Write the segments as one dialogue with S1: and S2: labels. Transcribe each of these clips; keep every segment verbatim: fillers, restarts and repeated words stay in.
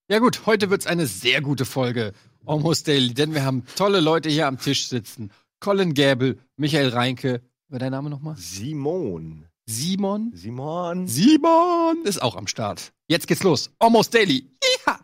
S1: Ja gut, heute wird's eine sehr gute Folge Almost Daily, denn wir haben tolle Leute hier am Tisch sitzen. Colin Gäbel, Michael Reinke. War dein Name nochmal?
S2: Simon.
S1: Simon?
S2: Simon.
S1: Simon ist auch am Start. Jetzt geht's los. Almost Daily. Ja.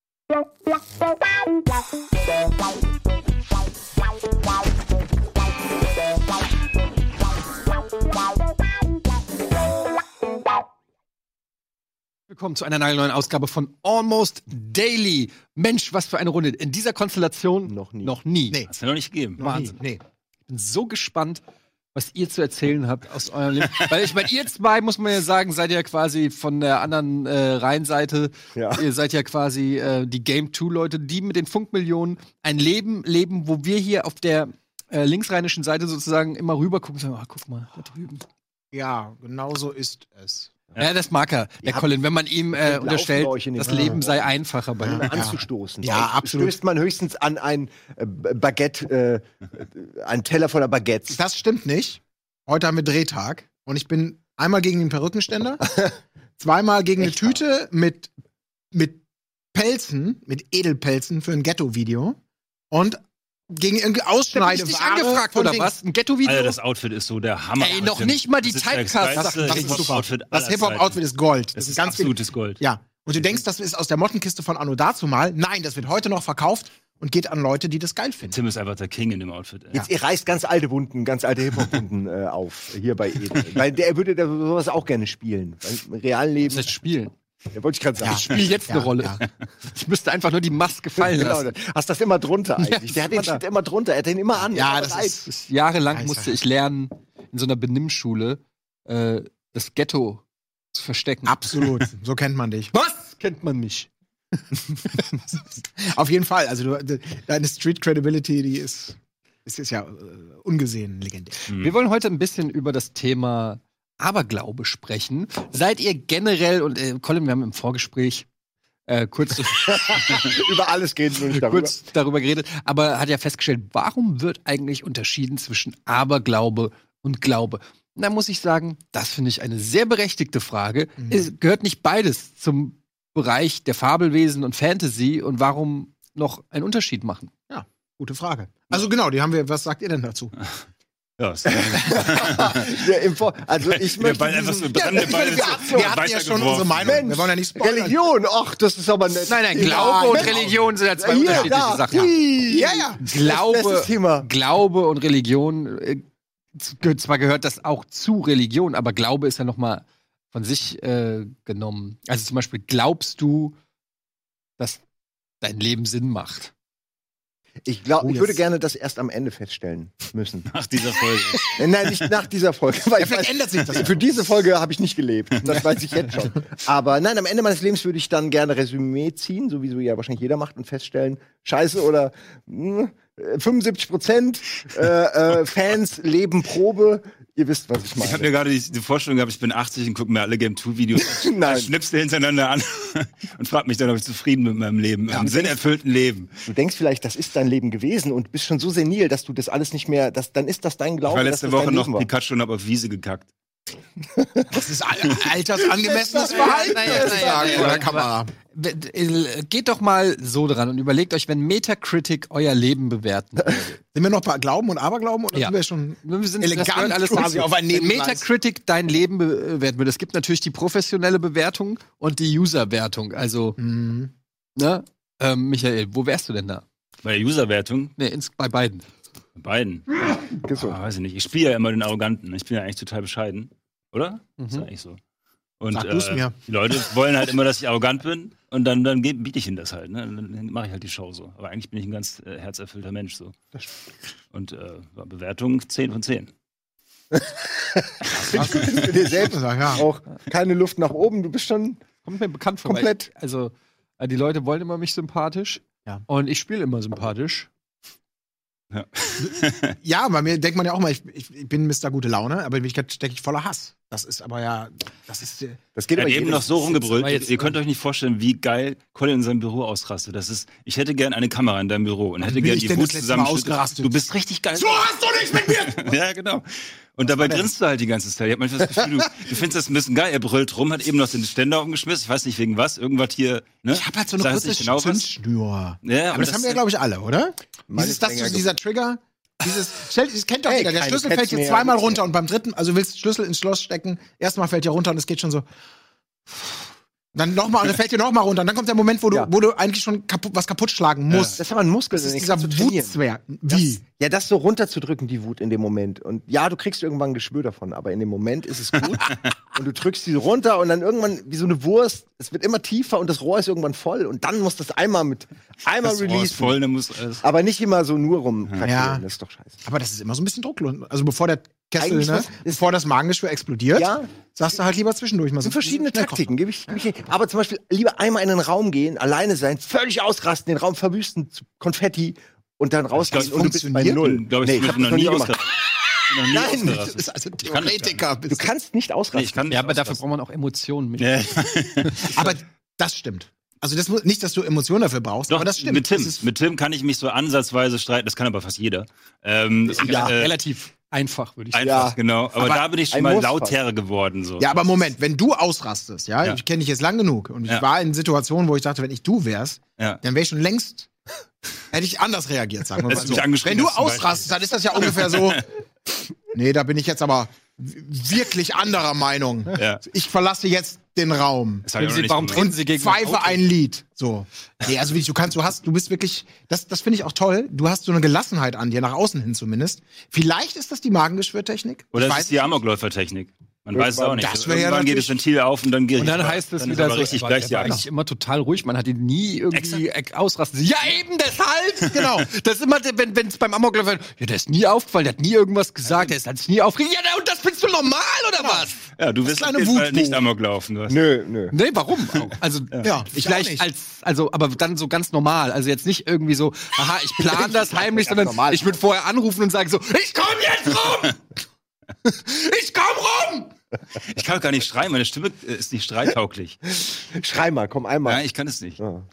S1: Willkommen zu einer neuen Ausgabe von Almost Daily. Mensch, was für eine Runde. In dieser Konstellation
S2: Noch nie.
S1: Noch nie.
S3: Nee. Hast du noch nicht gegeben.
S1: Wahnsinn. Nee. Ich bin so gespannt, was ihr zu erzählen habt aus eurem Leben. Weil ich meine, ihr zwei, muss man ja sagen, seid ja quasi von der anderen äh, Rheinseite.
S2: Ja.
S1: Ihr seid ja quasi äh, die Game zwei Leute, die mit den Funkmillionen ein Leben leben, wo wir hier auf der äh, linksrheinischen Seite sozusagen immer rüber gucken und sagen, ach, guck mal, da drüben.
S4: Ja, genau so ist es.
S1: Ja, ja das mag er, der
S2: Ja,
S1: Colin, wenn man ihm äh,
S2: laufen
S1: unterstellt,
S2: bei euch in den
S1: das
S2: Raum.
S1: Leben sei einfacher bei ihm.
S2: Ja. Anzustoßen.
S4: Ja,
S2: Euch
S4: absolut.
S2: Stößt man höchstens an ein äh, Baguette, äh, einen Teller voller Baguettes.
S4: Das stimmt nicht. Heute haben wir Drehtag und ich bin einmal gegen den Perückenständer, zweimal gegen
S2: Echt
S4: eine Tüte mit, mit Pelzen, mit Edelpelzen für ein Ghetto-Video und gegen irgendwie
S1: Hab ich
S4: Ausschneideware.
S1: dich angefragt,
S4: von
S1: oder
S4: Dings.
S1: was? Ein Ghetto-Video?
S3: Alter, das Outfit ist so der Hammer.
S1: Ey, noch nicht mal die
S3: Das ist das
S1: Typecast-Sachen.
S3: geilste
S4: Das ist super.
S3: Hip-Hop-Outfit
S4: Das
S3: aller
S4: Hip-Hop-Outfit
S3: Zeiten.
S4: ist Gold. Das,
S3: Das
S4: ist
S3: ist
S4: ganz viel.
S3: absolutes Gold.
S4: Ja. Und du denkst, das ist aus der Mottenkiste von Anno dazumal. Nein, das wird heute noch verkauft und geht an Leute, die das geil finden.
S3: Tim ist einfach der King in dem Outfit. Ey.
S2: Jetzt, ihr reißt ganz alte Wunden, ganz alte Hip-Hop-Wunden äh, auf, hier bei Edel. Weil der würde da sowas auch gerne spielen. Weil im realen Leben,
S1: Das heißt spielen.
S2: ja, wollte ich gerade sagen.
S1: Ich spiele jetzt eine
S4: Ja,
S1: Rolle.
S4: ja.
S1: Ich müsste einfach nur die Maske fallen
S2: Genau,
S1: lassen.
S2: hast das immer drunter eigentlich. Der hat den
S1: immer da.
S2: steht immer drunter, er hat den immer an.
S4: Ja,
S2: immer
S4: das
S2: bereit.
S4: ist-
S1: Das ist jahrelang
S4: Scheiße.
S1: musste ich lernen, in so einer Benimmschule, äh, das Ghetto zu verstecken.
S4: Absolut. So kennt man dich.
S1: Was? Kennt man mich.
S4: Auf jeden Fall. Also du, de- deine Street Credibility, die ist, ist, ist ja äh, ungesehen legendär.
S1: Wir wollen heute ein bisschen über das Thema Aberglaube sprechen. Seid ihr generell, und äh, Colin, wir haben im Vorgespräch äh, kurz,
S2: Über alles geht nur nicht darüber.
S1: kurz darüber geredet, aber hat ja festgestellt, warum wird eigentlich unterschieden zwischen Aberglaube und Glaube? Und da muss ich sagen, das finde ich eine sehr berechtigte Frage.
S4: Mhm.
S1: Es gehört nicht beides zum Bereich der Fabelwesen und Fantasy und warum noch einen Unterschied machen?
S4: Gute Frage. Also genau, die haben wir. Was sagt ihr denn dazu?
S3: Ja, ist
S2: Ja, im Vor also ich
S3: der
S2: möchte
S3: Ball einfach so
S2: diesen-
S3: brennende
S4: ich
S3: Ball
S4: meine, wir
S3: so
S4: hatten, wir hatten ja schon unsere Meinung.
S2: Mensch,
S4: wir wollen ja nicht spoilern.
S2: Religion, ach, das ist aber nett.
S1: Nein, nein,
S2: Ja,
S1: Glaube und
S2: Mensch.
S1: Religion sind ja zwei
S2: Hier,
S1: unterschiedliche
S2: da,
S1: Sachen.
S2: hi.
S4: Ja, ja.
S1: Glaube,
S2: Bestes Thema.
S1: Glaube und Religion, äh, ge- zwar gehört das auch zu Religion, aber Glaube ist ja noch mal von sich äh, genommen. Also zum Beispiel, glaubst du, dass dein Leben Sinn macht?
S2: Ich glaube,
S4: Oh,
S2: ich würde
S4: jetzt-
S2: gerne das erst am Ende feststellen müssen.
S3: nach dieser Folge.
S2: Äh, Nein, nicht nach dieser Folge. Weil
S4: Ja,
S2: ich
S4: vielleicht
S2: weiß,
S4: ändert sich das.
S2: Für diese Folge habe ich nicht gelebt. Das weiß ich jetzt schon. Aber nein, am Ende meines Lebens würde ich dann gerne Resümee ziehen, so wie so ja wahrscheinlich jeder macht, und feststellen, scheiße oder mh, äh, fünfundsiebzig Prozent äh, äh, Fans leben Probe. Ihr wisst, was ich
S3: Ich habe
S2: meine.
S3: mir gerade die, die Vorstellung gehabt, ich bin achtzig und gucke mir alle Game zwei Videos
S2: Nein.
S3: Schnipsel hintereinander an und frage mich dann, ob ich zufrieden mit meinem Leben, ja, einem sinnerfüllten Leben.
S2: Du denkst vielleicht, das ist dein Leben gewesen und bist schon so senil, dass du das alles nicht mehr, das, dann ist das dein
S3: Ich
S2: Glaube,
S3: war
S2: dass
S3: letzte
S2: das
S3: Woche
S2: dein
S3: noch
S2: Leben war.
S3: Pikachu und hab auf Wiese gekackt.
S4: Das ist al- altersangemessenes Verhalten.
S1: Nein,
S4: würde ich
S1: nein,
S4: sagen,
S1: nein,
S4: von der
S1: nein,
S4: Kamera.
S1: W- d- Geht doch mal so dran und überlegt euch, wenn Metacritic euer Leben bewerten würde.
S4: Sind wir noch bei Glauben und Aberglauben oder
S1: Ja.
S4: sind wir schon
S1: Wir sind
S4: elegant
S1: das gehört alles
S4: quasi
S1: dazu.
S4: auf ein
S1: Wenn
S4: Nebengleis?
S1: Metacritic dein Leben bewerten würde. Es gibt natürlich die professionelle Bewertung und die User-Wertung. Also,
S4: Mhm.
S1: ne? Ähm, Michael, wo wärst du denn da?
S3: Bei der User-Wertung,
S1: Nee, ins, bei beiden.
S3: bei beiden.
S2: Gesund.
S3: Ah, weiß ich nicht. Ich spiele ja immer den Arroganten. Ich bin ja eigentlich total bescheiden. Oder? Ist ja
S1: Mhm.
S3: eigentlich so. Und
S4: Sag du's
S3: äh,
S4: mir.
S3: die Leute wollen halt immer, dass ich arrogant bin und dann, dann ge- biete ich ihnen das halt. Ne? Dann mache ich halt die Show so. Aber eigentlich bin ich ein ganz äh, herzerfüllter Mensch so. Und äh, Bewertung zehn von zehn.
S2: Findest du das für dir selbst
S4: Ja.
S2: auch keine Luft nach oben? Du bist schon
S1: Kommt mir bekannt vor.
S2: Komplett.
S1: weil- Also, äh, die Leute wollen immer mich sympathisch.
S4: Ja.
S1: Und ich spiele immer sympathisch.
S3: Ja.
S4: Ja, bei mir denkt man ja auch mal, ich, ich, ich bin Mister Gute Laune, aber in Wirklichkeit stecke ich voller Hass. Das ist aber ja, das ist, äh,
S2: Das geht
S3: Er
S2: aber
S3: hat eben
S2: jedem-
S3: noch so rumgebrüllt.
S1: aber jetzt-
S3: Ihr könnt euch nicht vorstellen, wie geil Colin in seinem Büro ausrastet. Das ist, ich hätte gern eine Kamera in deinem Büro und hätte
S4: bin
S3: gern
S4: ich
S3: die
S4: denn
S3: Wut
S4: das letzte Mal
S3: zusammen.
S4: ausgerastet?
S3: Du bist richtig geil.
S4: so hast du nicht mit mir!
S3: Ja, genau. Und dabei grinst du halt die ganze Zeit. Ich hab manchmal das Gefühl, du, du findest das ein bisschen geil. Er brüllt rum, hat eben noch den Ständer umgeschmissen. Ich weiß nicht wegen was. Irgendwas hier, ne?
S4: Ich hab halt so eine
S3: Sag
S4: kurze
S3: nicht genau was.
S4: Zündschnur.
S3: Ja,
S4: aber das, das haben wir ja, glaube ich, alle, oder?
S2: Meine
S4: Dieses, das,
S2: länger
S4: dieser Trigger, dieses, stell, das kennt doch
S2: Hey,
S4: jeder. Der
S2: keine
S4: Schlüssel
S2: Pets
S4: fällt dir
S2: mehr,
S4: zweimal
S2: nichts
S4: runter
S2: mehr.
S4: und beim dritten, also willst du Schlüssel ins Schloss stecken, erstmal fällt dir runter und es geht schon so. Dann nochmal, und dann fällt dir nochmal runter. Und dann kommt der Moment, wo du,
S2: Ja.
S4: wo du eigentlich schon kaputt, was kaputt schlagen musst.
S2: Das ist aber ein Muskel,
S4: Das ist
S2: den
S4: dieser
S2: kannst du trainieren.
S4: Wutzwerg. Wie?
S2: Das, ja, das so runterzudrücken, die Wut in dem Moment. Und ja, du kriegst irgendwann ein Geschwür davon, aber in dem Moment ist es gut. Und du drückst die runter und dann irgendwann, wie so eine Wurst, es wird immer tiefer und das Rohr ist irgendwann voll. Und dann muss das einmal mit, einmal
S3: Das Rohr ist
S2: releasen.
S3: voll, dann muss alles.
S2: Aber nicht immer so nur rumkrakelieren,
S4: Ja.
S2: das ist doch scheiße.
S4: Aber das ist immer so ein bisschen drucklos. Also bevor der Kessel,
S2: Eigentlich
S4: ne,
S2: was-
S4: bevor das Magengeschwür explodiert,
S2: Ja.
S4: sagst du halt lieber zwischendurch mal
S2: Das
S4: so.
S2: sind verschiedene
S4: schnell kochen.
S2: Taktiken, gebe ich, geb ich nicht. Aber zum Beispiel lieber einmal in den Raum gehen, alleine sein, völlig ausrasten, den Raum verwüsten, zu Konfetti und dann rausgehen
S3: glaub,
S2: und du bist bei
S4: funktioniert.
S2: Null.
S3: Glaube ich,
S2: Nee,
S3: ich
S2: ich
S3: hab
S2: hab
S3: noch
S2: das
S3: nie
S2: noch nie gemacht.
S3: ausgerastet. Noch nie
S2: Nein,
S3: ausgerastet.
S4: Das ist also
S3: Ich kann das
S4: Theoretiker.
S2: Du
S4: bist
S2: kannst nicht ausrasten.
S3: Nee, ich kann nicht
S1: Ja, aber dafür
S3: ausrasten.
S1: braucht man auch Emotionen. Mit.
S3: Nee.
S4: Aber das stimmt. Also das muss, nicht, dass du Emotionen dafür brauchst,
S3: Doch,
S4: aber das stimmt.
S3: mit Tim.
S4: Das ist,
S3: Mit Tim kann ich mich so ansatzweise streiten. Das kann aber fast jeder. Ähm,
S1: Ja,
S3: äh,
S1: relativ einfach, würde ich sagen.
S3: Einfach,
S2: Ja.
S3: genau. Aber,
S4: Aber
S3: da bin ich schon
S2: ein
S3: mal
S2: Muss
S3: lauter geworden. So.
S4: ja, aber Moment, wenn du ausrastest, ja,
S3: Ja.
S4: ich kenne dich jetzt lang genug und ich
S3: Ja.
S4: war in Situationen, wo ich dachte, wenn ich du wärst,
S3: Ja.
S4: dann wäre ich schon längst, hätte ich anders reagiert, sagen wir mal
S3: Hättest du
S4: so.
S3: mich angeschrien
S4: Wenn du
S3: hast zum
S4: ausrastest, dann ist das ja ungefähr so, nee, da bin ich jetzt aber w- wirklich anderer Meinung.
S3: Ja.
S4: Ich verlasse jetzt den Raum.
S3: Das hab ich auch noch nicht
S1: Warum
S3: gemacht.
S1: treten sie gegen mein
S4: Pfeife
S1: Auto?
S4: ein Lied. So. Nee, also wirklich, du kannst, du hast, du bist wirklich, das, das finde ich auch toll. Du hast so eine Gelassenheit an dir, nach außen hin zumindest. Vielleicht ist das die Magengeschwürtechnik.
S3: Oder
S4: Ich
S3: es
S4: weiß
S3: ist die Amokläufertechnik. Man weiß es auch nicht.
S4: Das wär ja
S3: Irgendwann geht das
S4: natürlich-
S3: Ventil auf und dann geht
S1: Und dann heißt es
S3: dann
S1: wieder
S3: ist aber
S1: so,
S3: richtig
S1: aber
S3: gleich
S1: er
S3: die
S1: war
S3: Angst.
S1: eigentlich immer total ruhig. Man hat ihn nie irgendwie ex- ausrasten. Ja, eben deshalb. Genau. Das ist immer, wenn wenn es beim Amokläufer, ja, der ist nie aufgefallen, der hat nie irgendwas gesagt, der ist halt nie aufgeregt. Ja, und das findest du normal, oder was?
S3: Ja, du wirst auf
S4: kleine
S3: jeden Fall
S4: Wutbuch.
S3: nicht Amok laufen. Du hast
S2: Nö, nö.
S1: Nee, warum? Also,
S4: Ja, ich auch
S1: vielleicht
S4: nicht.
S1: als, also, aber dann so ganz normal. Also jetzt nicht irgendwie so, aha, ich plane das heimlich, sondern
S2: normal.
S1: ich würde vorher anrufen und sagen so, ich komm jetzt rum! Ich komm rum!
S3: Ich kann gar nicht schreien, meine Stimme äh, ist nicht streitauglich.
S2: Schrei mal, komm einmal.
S3: Ja, ich kann es nicht.
S2: Ja.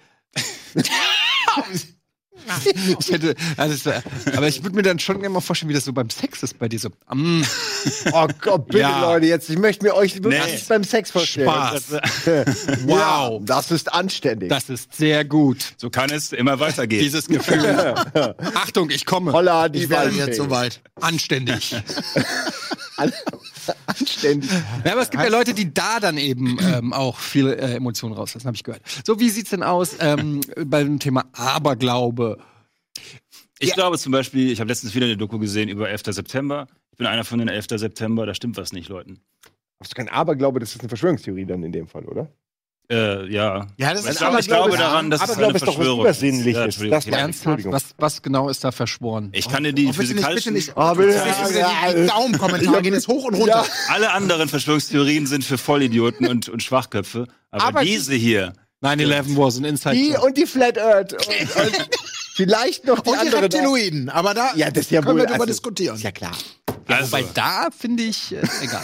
S1: Ich hätte, also, es wär- aber ich würde mir dann schon gerne mal vorstellen, wie das so beim Sex ist bei dir so. Mm,
S2: Oh Gott, bitte
S1: Ja.
S2: Leute, jetzt, ich möchte mir euch wirklich
S3: Nee.
S2: nicht beim Sex vorstellen.
S1: Spaß.
S2: Wow.
S1: Wow.
S2: Das ist anständig.
S1: Das ist sehr gut.
S3: So kann es immer weitergehen.
S1: Dieses Gefühl. Achtung, ich komme.
S2: Holla, die
S4: Ich wäre
S2: Waldfee.
S4: jetzt soweit.
S1: Anständig.
S2: An- Anständig.
S1: Ja, aber es gibt ja Leute, die da dann eben ähm, auch viele äh, Emotionen rauslassen, habe ich gehört. So, wie sieht's denn aus ähm, beim Thema Aberglaube?
S3: Ich glaube zum Beispiel, ich habe letztens wieder eine Doku gesehen über elften September. Ich bin einer von den elften September, da stimmt was nicht, Leuten.
S2: Hast du kein Aberglaube, das ist eine Verschwörungstheorie dann in dem Fall, oder?
S3: Äh, ja.
S4: Ja, das
S3: Ich
S4: ist
S3: glaube, ich glaube daran, dass es
S2: Aberglaube
S3: eine
S2: ist doch was
S3: Verschwörung
S2: Übersinnliches.
S3: Ja, Entschuldigung.
S2: Das war-
S1: Ernsthaft?
S2: Entschuldigung.
S1: Was, was genau ist da verschworen?
S3: Ich kann dir die
S4: Oh, bitte nicht, bitte
S3: physikalischen...
S2: Oh,
S4: nicht.
S2: bitte.
S4: Die, die, die Daumenkommentare gehen jetzt hoch und runter.
S3: Alle anderen Verschwörungstheorien sind für Vollidioten und, und Schwachköpfe. Aber,
S2: Aber
S3: diese hier...
S1: nine eleven was an Inside
S2: Die
S1: Job.
S2: und die Flat Earth. Und, und vielleicht noch die
S4: Und die
S2: andere.
S4: Reptiloiden. Aber da
S2: Ja, das ist ja
S4: können
S2: wohl.
S4: wir drüber
S2: also,
S4: diskutieren.
S2: Ist ja klar.
S3: Also,
S1: Wobei da finde ich, äh, egal.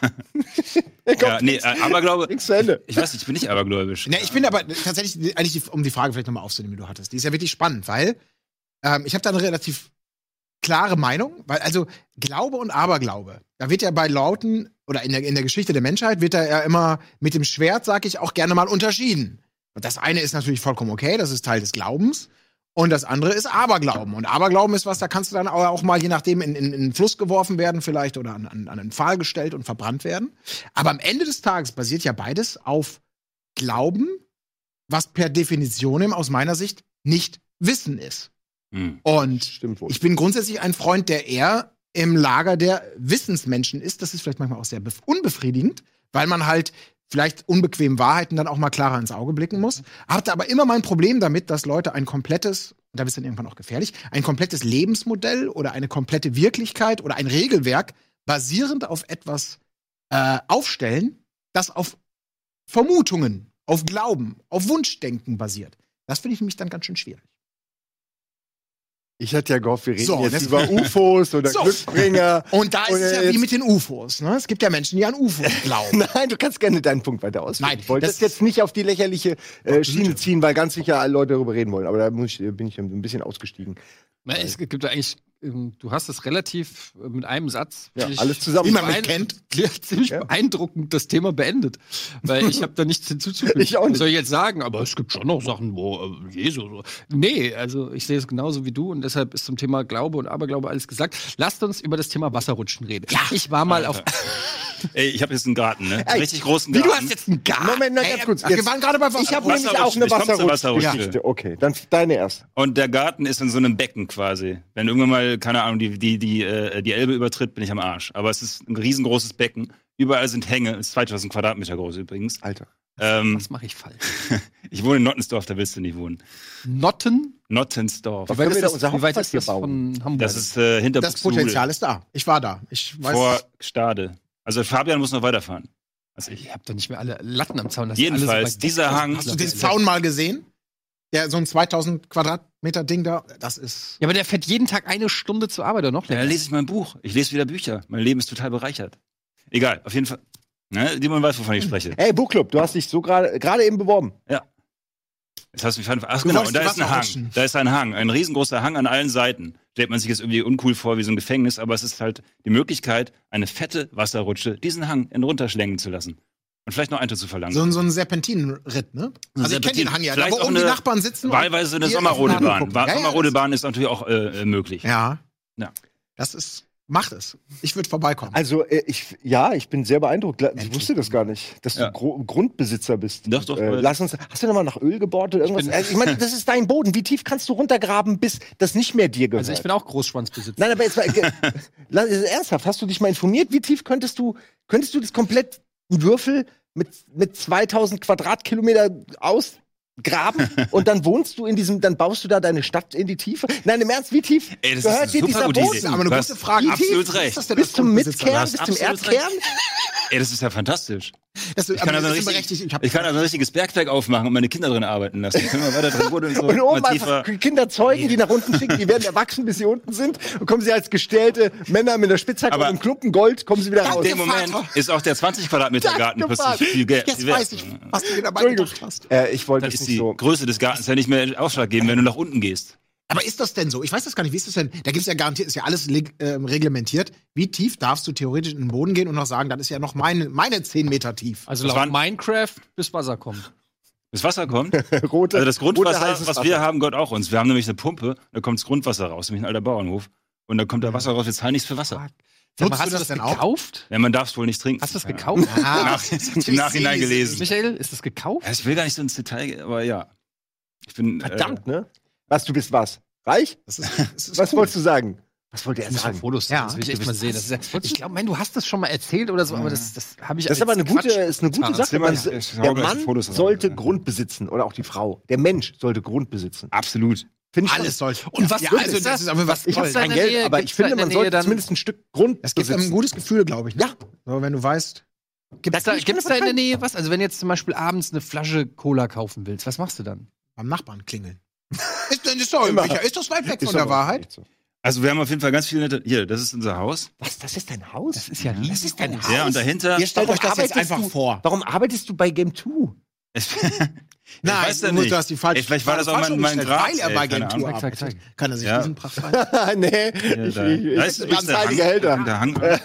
S3: ja, nee, äh, Aberglaube...
S2: Nichts zu Ende.
S3: Ich weiß nicht, ich bin nicht abergläubisch.
S4: Ne, ich finde aber tatsächlich, die- eigentlich, die, um die Frage vielleicht nochmal aufzunehmen, die du hattest, die ist ja wirklich spannend, weil ähm, ich habe da eine relativ klare Meinung, weil also Glaube und Aberglaube, da wird ja bei Lauten oder in der, in der Geschichte der Menschheit wird da ja immer mit dem Schwert, sag ich, auch gerne mal unterschieden. Und das eine ist natürlich vollkommen okay, das ist Teil des Glaubens. Und das andere ist Aberglauben. Und Aberglauben ist was, da kannst du dann auch auch mal, je nachdem, in, in, in einen Fluss geworfen werden vielleicht oder an, an, an einen Pfahl gestellt und verbrannt werden. Aber am Ende des Tages basiert ja beides auf Glauben, was per Definition aus meiner Sicht nicht Wissen ist.
S3: Hm.
S4: Und
S2: Stimmt wohl.
S4: ich bin grundsätzlich ein Freund, der eher im Lager der Wissensmenschen ist. Das ist vielleicht manchmal auch sehr bef- unbefriedigend, weil man halt vielleicht unbequemen Wahrheiten dann auch mal klarer ins Auge blicken muss. Hatte aber immer mein Problem damit, dass Leute ein komplettes, und da wird es dann irgendwann auch gefährlich, ein komplettes Lebensmodell oder eine komplette Wirklichkeit oder ein Regelwerk basierend auf etwas äh, aufstellen, das auf Vermutungen, auf Glauben, auf Wunschdenken basiert. Das finde ich nämlich dann ganz schön schwierig.
S2: Ich hatte ja gehofft, wir reden
S4: So,
S2: jetzt
S4: das-
S2: über U F Os oder
S4: So.
S2: Glücksbringer.
S4: Und da ist
S2: Und
S4: es ja
S2: jetzt-
S4: wie mit den U F Os. Ne? Es gibt ja Menschen, die an U F Os glauben.
S2: Nein, du kannst gerne deinen Punkt weiter ausführen.
S4: Nein,
S2: ich wollte
S4: das-
S2: das jetzt nicht auf die lächerliche äh, Schiene ziehen, weil ganz sicher alle Leute darüber reden wollen. Aber da muss ich, bin ich ein bisschen ausgestiegen.
S1: Es gibt ja eigentlich ähm, du hast es relativ äh, mit einem Satz.
S2: Ja,
S1: ich,
S2: alles zusammen.
S4: Wie man mich
S1: Ein-
S4: kennt.
S1: ziemlich
S2: Ja.
S1: beeindruckend das Thema beendet. Weil ich habe da nichts hinzuzufügen.
S2: Ich auch nicht.
S1: Was soll ich jetzt sagen? Aber es gibt schon noch Sachen, wo äh, Jesus. So. Nee, also ich sehe es genauso wie du und deshalb ist zum Thema Glaube und Aberglaube alles gesagt. Lasst uns über das Thema Wasserrutschen reden. Ja. Ich war mal auf.
S3: Ey, ich habe jetzt einen Garten, ne?
S2: Ey,
S3: Richtig großen
S1: Wie,
S3: Garten.
S1: du hast jetzt einen Garten?
S2: Moment, noch
S1: Ey,
S2: ganz kurz.
S4: Ach, wir
S2: Jetzt,
S4: waren gerade bei
S2: ich habe nämlich auch
S3: Wasserrutschen.
S2: eine
S3: Ich komm zur
S2: Wasserrutschgeschichte.
S3: Wasserrutsche.
S2: Okay, dann deine erst.
S3: Und der Garten ist in so einem Becken quasi. Wenn irgendwann mal, keine Ahnung, die, die, die, äh, die Elbe übertritt, bin ich am Arsch. Aber es ist ein riesengroßes Becken. Überall sind Hänge. Ist zweitausend Quadratmeter groß übrigens.
S2: Alter.
S3: Ähm,
S1: Was mache ich falsch?
S3: ich wohne in Nottensdorf, da willst du nicht wohnen.
S1: Notten?
S3: Nottensdorf.
S2: Doch.
S1: Wie weit
S2: können wir
S1: ist
S2: da
S1: das,
S2: unser
S1: wie weit ist
S2: Hauptquartier
S1: das
S2: bauen?
S1: von Hamburg?
S3: Das ist äh, hinter
S4: Das
S3: Buxtehude,
S4: Potenzial ist da. Ich war da. Ich weiß.
S3: vor Stade. Also Fabian muss noch weiterfahren. Also ich.
S1: ich habe doch nicht mehr alle Latten am Zaun. Das ist alles
S3: Jedenfalls,
S1: so weit
S3: dieser
S1: weg.
S3: Hang.
S4: Hast du den Zaun mal gesehen? Der so ein zweitausend Quadratmeter Ding da, das ist.
S1: Ja, aber der fährt jeden Tag eine Stunde zur Arbeit oder noch
S3: Ja, da
S1: länger.
S3: lese ich mein Buch. Ich lese wieder Bücher. Mein Leben ist total bereichert. Egal, auf jeden Fall. Ne, Dimon weiß, wovon ich spreche.
S2: Ey, Buchclub, du hast dich so gerade gerade eben beworben.
S3: Jetzt hast du mich ver- Ach
S4: Du
S3: genau,
S4: wolltest
S3: und da
S4: die
S3: ist ein Hang.
S4: Wasserrutschen.
S3: Da ist ein Hang, ein riesengroßer Hang an allen Seiten. Stellt man sich jetzt irgendwie uncool vor wie so ein Gefängnis, aber es ist halt die Möglichkeit, eine fette Wasserrutsche diesen Hang runterschlängen zu lassen. Und vielleicht noch Eintritt zu verlangen.
S4: So, ein- so ein Serpentinenritt, ne? Also ich kenne den Hang ja, da
S3: Vielleicht
S4: wo
S3: auch
S4: oben die
S3: eine-
S4: Nachbarn sitzen. und
S3: Wahlweise eine
S4: die auf den Hang
S3: Sommerrodebahn.
S4: gucken.
S3: Wa-
S4: Ja, ja,
S3: Sommerrodebahn ist natürlich auch äh, äh, möglich.
S4: Ja.
S3: Ja.
S4: Das ist. Macht es. Ich würde vorbeikommen.
S2: Also äh, ich ja, ich bin sehr beeindruckt. La- Ich
S4: Endlich.
S2: wusste das gar nicht, dass
S3: Ja.
S2: du Gro Grundbesitzer bist.
S3: Doch, doch,
S2: Äh,
S3: weil-
S2: lass uns. Hast du noch mal nach Öl gebohrt oder irgendwas?
S1: bin-
S2: Also, ich meine, das ist dein Boden. Wie tief kannst du runtergraben, bis das nicht mehr dir gehört?
S1: Also ich bin auch Großschwanzbesitzer.
S2: Nein, aber jetzt mal, ge- La- ernsthaft, hast du dich mal informiert, wie tief könntest du könntest du das komplett einen Würfel mit mit zweitausend Quadratkilometer ausgraben und dann wohnst du in diesem, dann baust du da deine Stadt in die Tiefe? Nein, im Ernst, wie tief
S3: Ey, das
S2: gehört
S3: ist
S2: dir
S3: eine
S2: dieser
S3: super gute
S2: Boden?
S3: Idee.
S4: aber eine
S3: Du
S4: gute
S3: hast
S4: Frage.
S3: absolut
S4: Wie
S3: recht.
S4: ist das denn
S2: Bis
S4: als
S2: zum
S4: Grundbesitzer?
S2: Mitkern,
S3: hast
S2: bis zum
S3: absolut
S2: Erdkern?
S3: Ey, das ist ja fantastisch.
S4: Das,
S3: Ich kann, also ein
S4: das ist
S3: richtig,
S4: berechtigt. Ich hab-
S3: ich kann also ein richtiges Bergwerk aufmachen und meine Kinder drin arbeiten lassen. Können wir weiter drin buddeln und so.
S2: Und oben
S3: immer tiefer.
S2: einfach Kinder zeugen, die nach unten schicken, die werden erwachsen, bis sie unten sind. Und kommen sie als gestellte Männer mit der Spitzhacke
S3: Aber-
S2: und einem Klumpen Gold, kommen sie wieder
S4: Danke,
S2: raus.
S3: In dem Moment
S4: Vater.
S3: ist auch der zwanzig Quadratmeter
S2: Danke,
S3: Garten plötzlich
S2: Vater.
S3: viel Geld.
S4: Jetzt
S3: viel wert.
S4: weiß ich, was du dir dabei
S2: Entschuldigung.
S4: gedacht hast.
S2: Äh, ich wollte
S3: Da
S2: es
S3: ist
S2: nicht
S3: die
S2: so.
S3: Größe des Gartens ja nicht mehr ausschlaggebend, wenn du nach unten gehst.
S4: Aber ist das denn so? Ich weiß das gar nicht. Wie ist das denn? Da gibt es ja garantiert, ist ja alles leg- ähm, reglementiert. Wie tief darfst du theoretisch in den Boden gehen und noch sagen, das ist ja noch meine, meine zehn Meter tief?
S1: Also
S3: Das
S1: laut
S3: waren-
S1: Minecraft bis Wasser kommt.
S3: Das Wasser kommt.
S2: Rote,
S3: Also das
S2: rote
S3: Grundwasser,
S2: heißes
S3: was
S2: Wasser.
S3: wir haben, Gott auch uns. Wir haben nämlich eine Pumpe, da kommt das Grundwasser raus, nämlich ein alter Bauernhof. Und da kommt da Wasser raus, wir zahlen nichts für Wasser.
S1: Sag mal,
S4: Nutzt
S1: hast
S4: du
S1: du
S4: das
S1: das
S4: denn auch?
S1: gekauft?
S3: Ja, man darf es wohl nicht trinken.
S1: Hast du das
S3: Ja.
S1: gekauft?
S4: Ah,
S3: Nach, Im Nachhinein gelesen.
S1: Michael, ist das gekauft?
S3: Ja, ich will gar nicht so ins Detail gehen, aber ja. Ich bin.
S2: Verdammt, ne? Was, du bist was? Reich?
S4: Das ist, das ist
S2: Was
S4: cool.
S2: wolltest du sagen? Was wollte er
S1: Ich muss mal
S2: sagen?
S1: Fotos
S4: Ja.
S1: ja, das will ich echt
S3: Du
S1: mal
S3: bist-
S1: sehen. Das ist ja, ich glaube, du hast das schon mal erzählt oder so, aber das, das habe ich
S2: Das ist aber eine
S1: als
S2: gute,
S1: Quatsch
S2: ist eine gute
S1: getan.
S2: Sache.
S3: Erzähl mal,
S2: Man,
S3: ich- ich schau
S2: der
S3: gleich
S2: Mann
S3: Fotos davon.
S2: sollte Grund besitzen oder auch die Frau. Der Mensch sollte Grund besitzen.
S3: Absolut.
S2: Finde ich
S4: Alles sollte.
S1: Und was
S4: ja,
S1: wird
S4: also
S1: es
S4: das ist aber was
S2: Ich habe
S4: toll.
S1: da in
S2: kein
S1: der
S2: Geld,
S1: Nähe-
S2: aber ich
S1: gibt's da
S2: finde,
S1: in der
S2: man sollte
S1: Nähe dann-
S2: zumindest ein Stück Grund
S4: Das gibt einem ein
S2: besitzen.
S4: gutes Gefühl, glaube ich. Ne?
S2: Ja.
S4: So, wenn du weißt.
S1: Gibt's da, gibt's da in der Nähe was? Also wenn du jetzt zum Beispiel abends eine Flasche Cola kaufen willst, was machst du dann?
S4: Beim Nachbarn klingeln. ist, ist, doch,
S2: Immer.
S4: Michael, ist das weit weg
S2: Ist
S4: von der
S2: aber
S4: Wahrheit?
S2: nicht so.
S3: Also wir haben auf jeden Fall ganz viele nette. Hier, das ist unser Haus.
S2: Was, das ist dein Haus?
S1: Das ist ja
S3: Mhm.
S1: riesig.
S2: Das ist dein Haus?
S3: Ja, und dahinter.
S4: Ihr stellt
S2: Warum
S4: euch das jetzt
S2: arbeitest
S4: einfach
S2: du-
S4: vor.
S2: Warum arbeitest du bei Game zwei?
S3: Ich
S4: Nein,
S3: weiß ja
S4: du, musst-
S3: nicht.
S4: du hast die falsche
S3: Ey, vielleicht war das auch
S4: falsch
S3: mein- mein
S4: umgestellt,
S3: Gras,
S4: weil er
S3: ey,
S4: bei
S3: keine
S4: Game
S3: Ahnung.
S4: zwei
S1: Zeig, zeig,
S4: arbeitet.
S1: zeig.
S4: Kann er sich
S3: Ja.
S4: diesen Prachtfall.
S2: nee,
S3: Ja,
S2: ich,
S3: da,
S2: ich,
S3: da
S2: ich,
S3: ist übrigens der
S2: zahle
S3: Hang,
S2: die Gehälter.
S3: der Hang.
S1: Äh.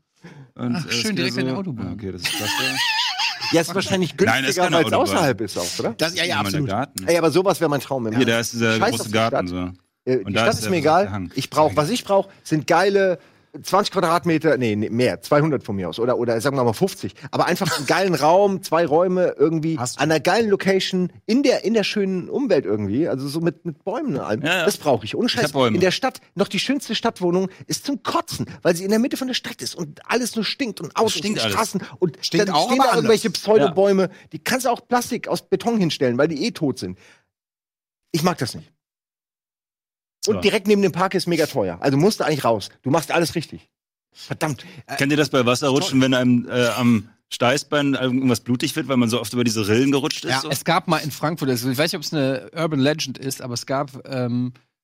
S3: Und,
S1: Ach,
S3: äh,
S1: schön,
S3: es
S1: direkt
S3: geht
S1: an der Autobahn.
S3: Ah, Okay, das ist klasse.
S2: Ja, ist wahrscheinlich
S3: Nein, das ist
S2: günstiger,
S3: keine
S2: weil es
S3: Autobahn.
S2: außerhalb ist auch, oder?
S4: Das, ja, ja,
S3: Hier mal der
S4: absolut.
S3: Garten.
S2: Ey, aber sowas wäre mein Traum. Im
S3: Hier, da
S2: Ernst.
S3: ist dieser
S2: Scheiß auf
S3: große
S2: die
S3: Garten.
S2: Stadt.
S3: So.
S2: Äh,
S3: Und
S2: die
S3: da
S2: Stadt
S3: ist
S2: ist
S3: der-
S2: mir
S3: der
S2: egal.
S3: Hang.
S2: Ich brauche, was ich brauche, sind geile zwanzig Quadratmeter, nee, nee, mehr, zweihundert von mir aus. Oder, oder sagen wir mal fünfzig. Aber einfach einen geilen Raum, zwei Räume irgendwie,
S4: Hast du.
S2: an einer geilen Location, in der, in der schönen Umwelt irgendwie. Also so mit, mit Bäumen und allem.
S3: Ja, ja.
S2: Das brauche ich. Ohne
S3: Ich
S2: Scheiß.
S3: hab Bäume.
S2: In der Stadt, noch die schönste Stadtwohnung ist zum Kotzen, weil sie in der Mitte von der Stadt ist und alles nur stinkt und Autos
S3: stinkt
S2: und
S3: alles.
S2: Straßen. Und
S4: Stinkt
S2: dann
S4: auch,
S2: stehen
S4: aber
S2: da irgendwelche
S4: anders.
S2: Pseudobäume, die kannst du auch Plastik aus Beton hinstellen, weil die eh tot sind. Ich mag das nicht. Und
S3: So.
S2: direkt neben dem Park ist mega teuer. Also musst du eigentlich raus. Du machst alles richtig. Verdammt.
S3: Kennt ihr das bei Wasserrutschen, wenn einem äh, am Steißbein irgendwas blutig wird, weil man so oft über diese Rillen gerutscht ist?
S4: Ja,
S3: so?
S1: Es gab mal in Frankfurt, also ich weiß nicht, ob es eine Urban Legend ist, aber es gab ähm,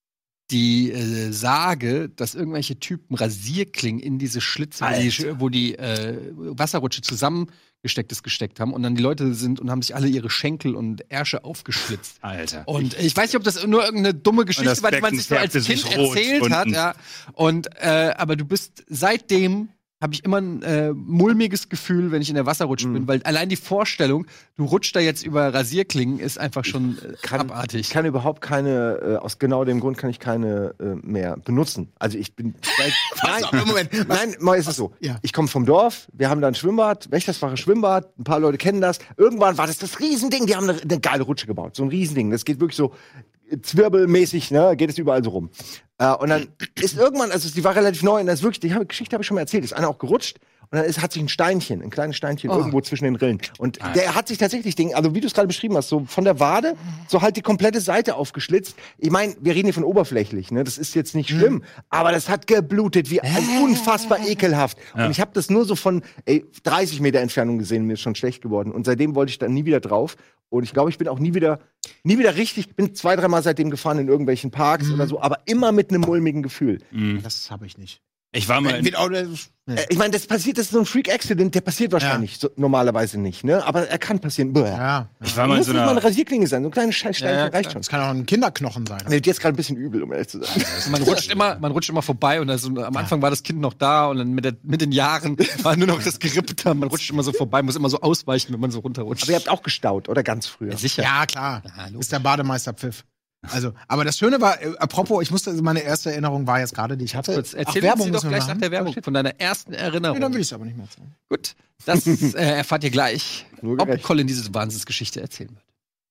S1: die äh, Sage, dass irgendwelche Typen Rasierklingen in diese Schlitze, wo die, wo die äh, Wasserrutsche zusammengesteckt ist, gesteckt haben. Und dann die Leute sind und haben sich alle ihre Schenkel und Ärsche aufgeschlitzt.
S3: Alter.
S1: Und ich weiß nicht, ob das nur irgendeine dumme Geschichte war, die man sich so als Kind erzählt hat. Ja. Und, äh, aber du bist seitdem habe ich immer ein äh, mulmiges Gefühl, wenn ich in der Wasserrutsche mm. bin, weil allein die Vorstellung, du rutschst da jetzt über Rasierklingen, ist einfach schon äh,
S2: kann,
S1: abartig.
S2: Ich kann überhaupt keine, äh, aus genau dem Grund kann ich keine äh, mehr benutzen. Also ich bin. Seit, nein,
S4: auf, Moment,
S2: nein, mal ist es so.
S4: Ja.
S2: Ich komme vom Dorf, wir haben da ein Schwimmbad, Wächterswache Schwimmbad, ein paar Leute kennen das. Irgendwann war das das Riesending, die haben eine, eine geile Rutsche gebaut. So ein Riesending. Das geht wirklich so zwirbelmäßig, ne, geht es überall so rum. Äh, und dann ist irgendwann, also die war relativ neu, und das ist wirklich, die Geschichte habe ich schon mal erzählt, ist einer auch gerutscht und dann ist, hat sich ein Steinchen, ein kleines Steinchen oh. irgendwo zwischen den Rillen. Und ah. der hat sich tatsächlich, Ding, also wie du es gerade beschrieben hast, so von der Wade, so halt die komplette Seite aufgeschlitzt. Ich meine, wir reden hier von oberflächlich, ne, das ist jetzt nicht schlimm, mhm. aber das hat geblutet, wie ein unfassbar ekelhaft. Ja. Und ich habe das nur so von ey, dreißig Meter Entfernung gesehen, mir ist schon schlecht geworden. Und seitdem wollte ich dann nie wieder drauf. Und ich glaube, ich bin auch nie wieder, nie wieder richtig, bin zwei, dreimal seitdem gefahren in irgendwelchen Parks mhm. oder so, aber immer mit einem mulmigen Gefühl.
S4: Mhm. Das habe ich nicht.
S3: Ich war mal in,
S2: äh, ich meine, das passiert, das ist so ein Freak-Accident, der passiert wahrscheinlich ja. so, normalerweise nicht, ne? Aber er kann passieren. Bäh.
S4: Ja.
S3: Ich war mal in
S2: muss
S3: so
S2: nicht
S3: einer
S2: mal eine Rasierklinge sein, so ein kleines Scheißsteinchen
S4: ja, ja,
S2: reicht schon.
S4: Das kann auch ein Kinderknochen sein.
S2: Mir wird jetzt gerade ein bisschen übel, um ehrlich zu sein.
S1: Also man rutscht immer, man rutscht immer vorbei und also am Anfang war das Kind noch da und dann mit, der, mit den Jahren war nur noch das Gerippte. Man rutscht immer so vorbei, muss immer so ausweichen, wenn man so runterrutscht.
S2: Aber ihr habt auch gestaut, oder ganz früher?
S1: Ja, sicher.
S4: Ja, klar. Ja, ist der Bademeisterpfiff. Also, aber das Schöne war, äh, apropos, ich musste, meine erste Erinnerung war jetzt gerade, die ich hatte.
S1: Kurz, erzähl Ach, Werbung Sie doch gleich nach der Werbung von deiner ersten Erinnerung.
S4: Nee, dann will ich es aber nicht mehr erzählen.
S1: Gut, das äh, erfahrt ihr gleich, ob Colin diese Wahnsinnsgeschichte erzählen wird.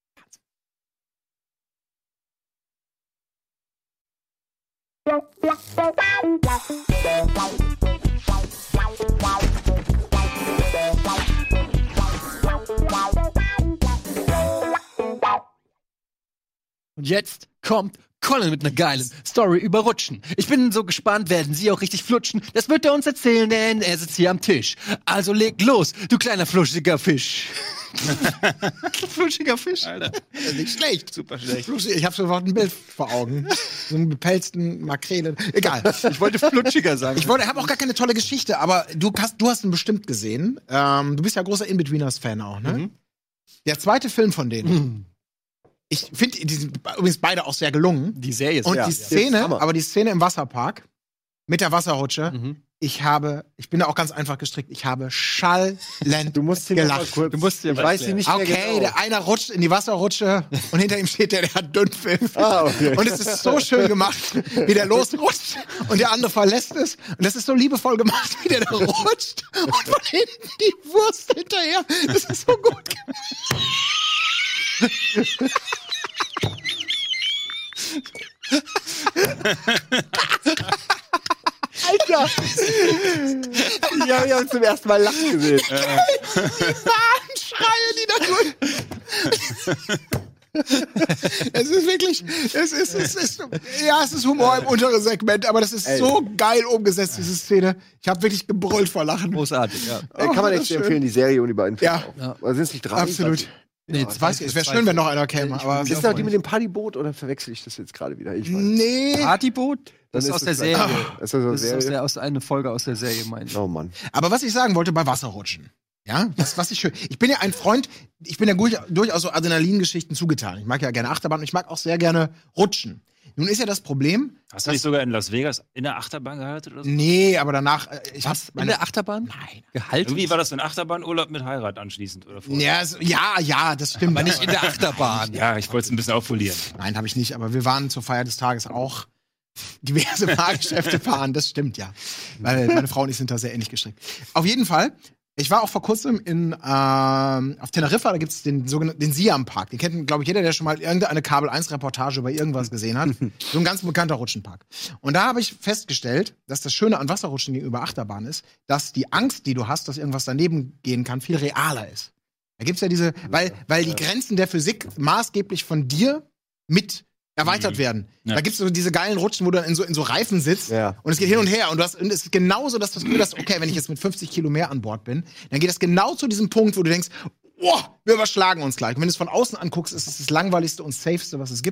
S1: Und jetzt kommt Colin mit einer geilen Story über Rutschen. Ich bin so gespannt, werden Sie auch richtig flutschen? Das wird er uns erzählen, denn er sitzt hier am Tisch. Also leg los, du kleiner fluschiger Fisch. Fluschiger Fisch, Alter.
S4: Nicht schlecht. Super schlecht. Ich habe sofort ein Bild vor Augen. So einen bepelzten Makrelen. Egal.
S1: Ich wollte flutschiger sagen.
S4: Ich wollte, habe auch gar keine tolle Geschichte, aber du hast, du hast ihn bestimmt gesehen. Ähm, du bist ja großer In-Betweeners-Fan auch, ne? Mhm. Der zweite Film von denen. Mhm. Ich finde, die sind übrigens beide auch sehr gelungen.
S1: Die Serie ist
S4: Und
S1: ja,
S4: die Szene, ja, aber die Szene im Wasserpark mit der Wasserrutsche, mhm. ich habe, ich bin da auch ganz einfach gestrickt, ich habe schallend
S2: du musst
S4: gelacht.
S2: Kurz, du musst dir, ich weiß nicht
S4: okay, mehr genau. Der einer rutscht in die Wasserrutsche und hinter ihm steht der, der hat Dünnpfiff.
S2: Ah, okay.
S4: Und es ist so schön gemacht, wie der losrutscht und der andere verlässt es. Und das ist so liebevoll gemacht, wie der da rutscht und von hinten die Wurst hinterher. Das ist so gut gemacht.
S2: Alter! Ich habe ja zum ersten Mal lachen gesehen.
S4: Die Schreie, die da durch. Es ist wirklich, es ist, es ist, ja, es ist Humor im unteren Segment, aber das ist Ey. so geil umgesetzt, diese Szene. Ich habe wirklich gebrüllt vor Lachen.
S1: Großartig, ja.
S2: Äh, kann man echt empfehlen, die Serie und die beiden Filme.
S4: Ja.
S2: ja. Oder sind es nicht drei?
S4: Absolut. Nee, ja, weiß ich. Es wäre schön, wenn noch einer käme. Aber
S2: ist das auch die mit dem Partyboot oder verwechsel ich das jetzt gerade wieder? Ich weiß.
S4: Nee.
S1: Partyboot? Das ist aus der Serie.
S2: Das ist aus der Serie.
S1: Das ist eine Folge aus der Serie, meine ich.
S2: Oh Mann.
S4: Aber was ich sagen wollte bei Wasserrutschen. Ja, was, was ich schön. Ich bin ja ein Freund, ich bin ja durchaus so Adrenalingeschichten zugetan. Ich mag ja gerne Achterbahn und ich mag auch sehr gerne Rutschen. Nun ist ja das Problem.
S3: Hast du nicht sogar in Las Vegas in der Achterbahn geheiratet oder so?
S4: Nee, aber danach. Ich
S1: Was? In der Achterbahn?
S4: Nein.
S1: Gehalten?
S3: Irgendwie war das ein Achterbahnurlaub mit Heirat anschließend oder vorher?
S4: Ja, so, ja, ja, das stimmt.
S1: Aber nicht in der Achterbahn.
S3: Ja, ich wollte es ein bisschen aufpolieren.
S4: Nein, habe ich nicht, aber wir waren zur Feier des Tages auch diverse Fahrgeschäfte fahren, das stimmt ja. Weil meine Frau und ich sind da sehr ähnlich gestrickt. Auf jeden Fall. Ich war auch vor kurzem in, ähm, auf Teneriffa, da gibt's den sogenannten den Siam-Park. Den kennt, glaube ich, jeder, der schon mal irgendeine Kabel eins Reportage über irgendwas gesehen hat. So ein ganz bekannter Rutschenpark. Und da habe ich festgestellt, dass das Schöne an Wasserrutschen gegenüber Achterbahn ist, dass die Angst, die du hast, dass irgendwas daneben gehen kann, viel realer ist. Da gibt's ja diese, weil, weil die Grenzen der Physik maßgeblich von dir mit erweitert mhm. werden. Ja. Da gibt's so diese geilen Rutschen, wo du dann in so, in so Reifen sitzt ja. und es geht hin und her und du hast, und es ist genauso, dass du das Gefühl hast, okay, wenn ich jetzt mit fünfzig Kilo mehr an Bord bin, dann geht das genau zu diesem Punkt, wo du denkst, oh, wir überschlagen uns gleich. Und wenn du es von außen anguckst, ist es das langweiligste und safeste, was es gibt.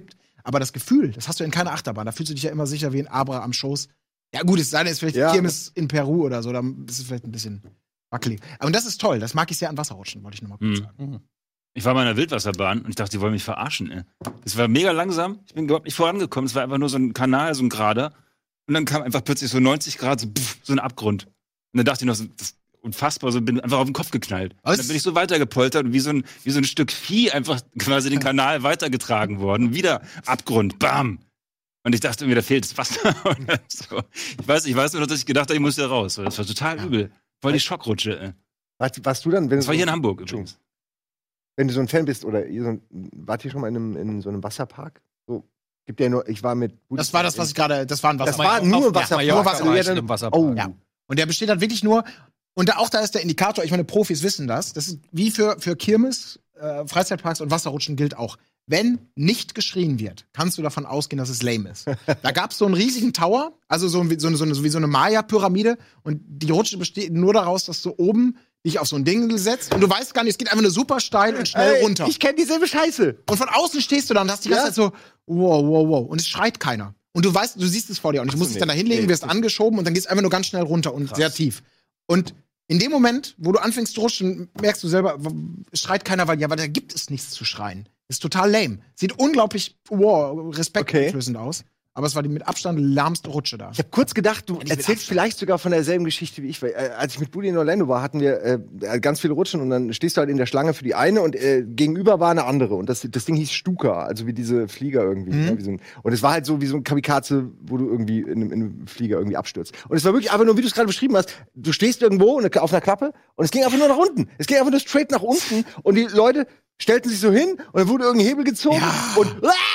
S4: Aber das Gefühl, das hast du in keiner Achterbahn. Da fühlst du dich ja immer sicher wie ein Abra am Schoß. Ja, gut, es sei denn, es ist vielleicht
S2: Ja.
S4: Kirmes in Peru oder so, dann ist es vielleicht ein bisschen wackelig. Aber das ist toll, das mag ich sehr an Wasserrutschen, wollte ich noch mal kurz
S3: Mhm.
S4: sagen.
S3: Ich war mal in einer Wildwasserbahn und ich dachte, die wollen mich verarschen, ey. Das war mega langsam. Ich bin überhaupt nicht vorangekommen. Es war einfach nur so ein Kanal, so ein Gerader. Und dann kam einfach plötzlich so neunzig Grad, so, pff, so ein Abgrund. Und dann dachte ich noch, so, das ist unfassbar, so bin einfach auf den Kopf geknallt.
S4: Was?
S3: Und dann bin ich so weitergepoltert und wie so ein, wie so ein Stück Vieh einfach quasi den Kanal weitergetragen worden. Wieder Abgrund, bam. Und ich dachte mir, da fehlt das Wasser oder so. Ich weiß, ich weiß nur, dass ich gedacht habe, ich muss da raus. Das war total übel. Voll die Schockrutsche, ey.
S2: Warst, warst du dann, wenn
S3: Das
S2: du
S3: war
S2: so,
S3: hier in Hamburg übrigens.
S2: wenn du so ein Fan bist oder ihr so ein, wart ihr schon mal in, einem, in so einem Wasserpark? So, gibt ja nur, ich war mit.
S4: Das war das, was ich gerade, das war ein
S2: Das
S4: Wasserpark.
S2: war nur
S1: Auf-
S2: Wasserpark.
S1: Ja,
S4: nur
S1: Mallorca
S4: Wasser-
S1: war
S2: Ja,
S1: ich
S2: dann-
S1: in einem Wasserpark.
S2: Oh,
S4: Ja. Und der besteht halt wirklich nur, und da, auch da ist der Indikator, ich meine, Profis wissen das, das ist wie für, für Kirmes, äh, Freizeitparks und Wasserrutschen gilt auch. Wenn nicht geschrien wird, kannst du davon ausgehen, dass es lame ist. Da gab es so einen riesigen Tower, also so, wie so, eine- so, eine- so wie so eine Maya-Pyramide, und die Rutsche besteht nur daraus, dass du oben dich auf so ein Ding setzt und du weißt gar nicht, es geht einfach nur super steil und schnell
S2: Ey,
S4: runter.
S2: Ich kenne dieselbe Scheiße.
S4: Und von außen stehst du da und hast die ganze
S2: Ja.
S4: Zeit so, wow, wow, wow. Und es schreit keiner. Und du weißt, du siehst es vor dir. Und ich
S2: Ach so,
S4: muss dich
S2: nee.
S4: dann da hinlegen,
S2: Nee.
S4: wirst angeschoben und dann gehst du einfach nur ganz schnell runter und
S3: Krass.
S4: sehr tief. Und in dem Moment, wo du anfängst zu rutschen, merkst du selber, w- es schreit keiner, weil ja, weil da gibt es nichts zu schreien. Ist total lame. Sieht unglaublich, wow, respekteinflößend aus. Aber es war die mit Abstand lahmste Rutsche da.
S2: Ich habe kurz gedacht, du
S4: Ja, die mit
S2: erzählst
S4: Abstand.
S2: vielleicht sogar von derselben Geschichte wie ich. Weil, äh, als ich mit Buddy in Orlando war, hatten wir äh, ganz viele Rutschen und dann stehst du halt in der Schlange für die eine und äh, gegenüber war eine andere. Und das, das Ding hieß Stuka, also wie diese Flieger irgendwie.
S4: Mhm.
S2: Ja, wie so ein, und es war halt so wie so ein Kamikaze, wo du irgendwie in einem, in einem Flieger irgendwie abstürzt. Und es war wirklich einfach nur, wie du es gerade beschrieben hast, du stehst irgendwo und auf einer Klappe und es ging einfach nur nach unten. Es ging einfach nur straight nach unten und die Leute stellten sich so hin und dann wurde irgendein Hebel gezogen
S4: Ja.
S2: und,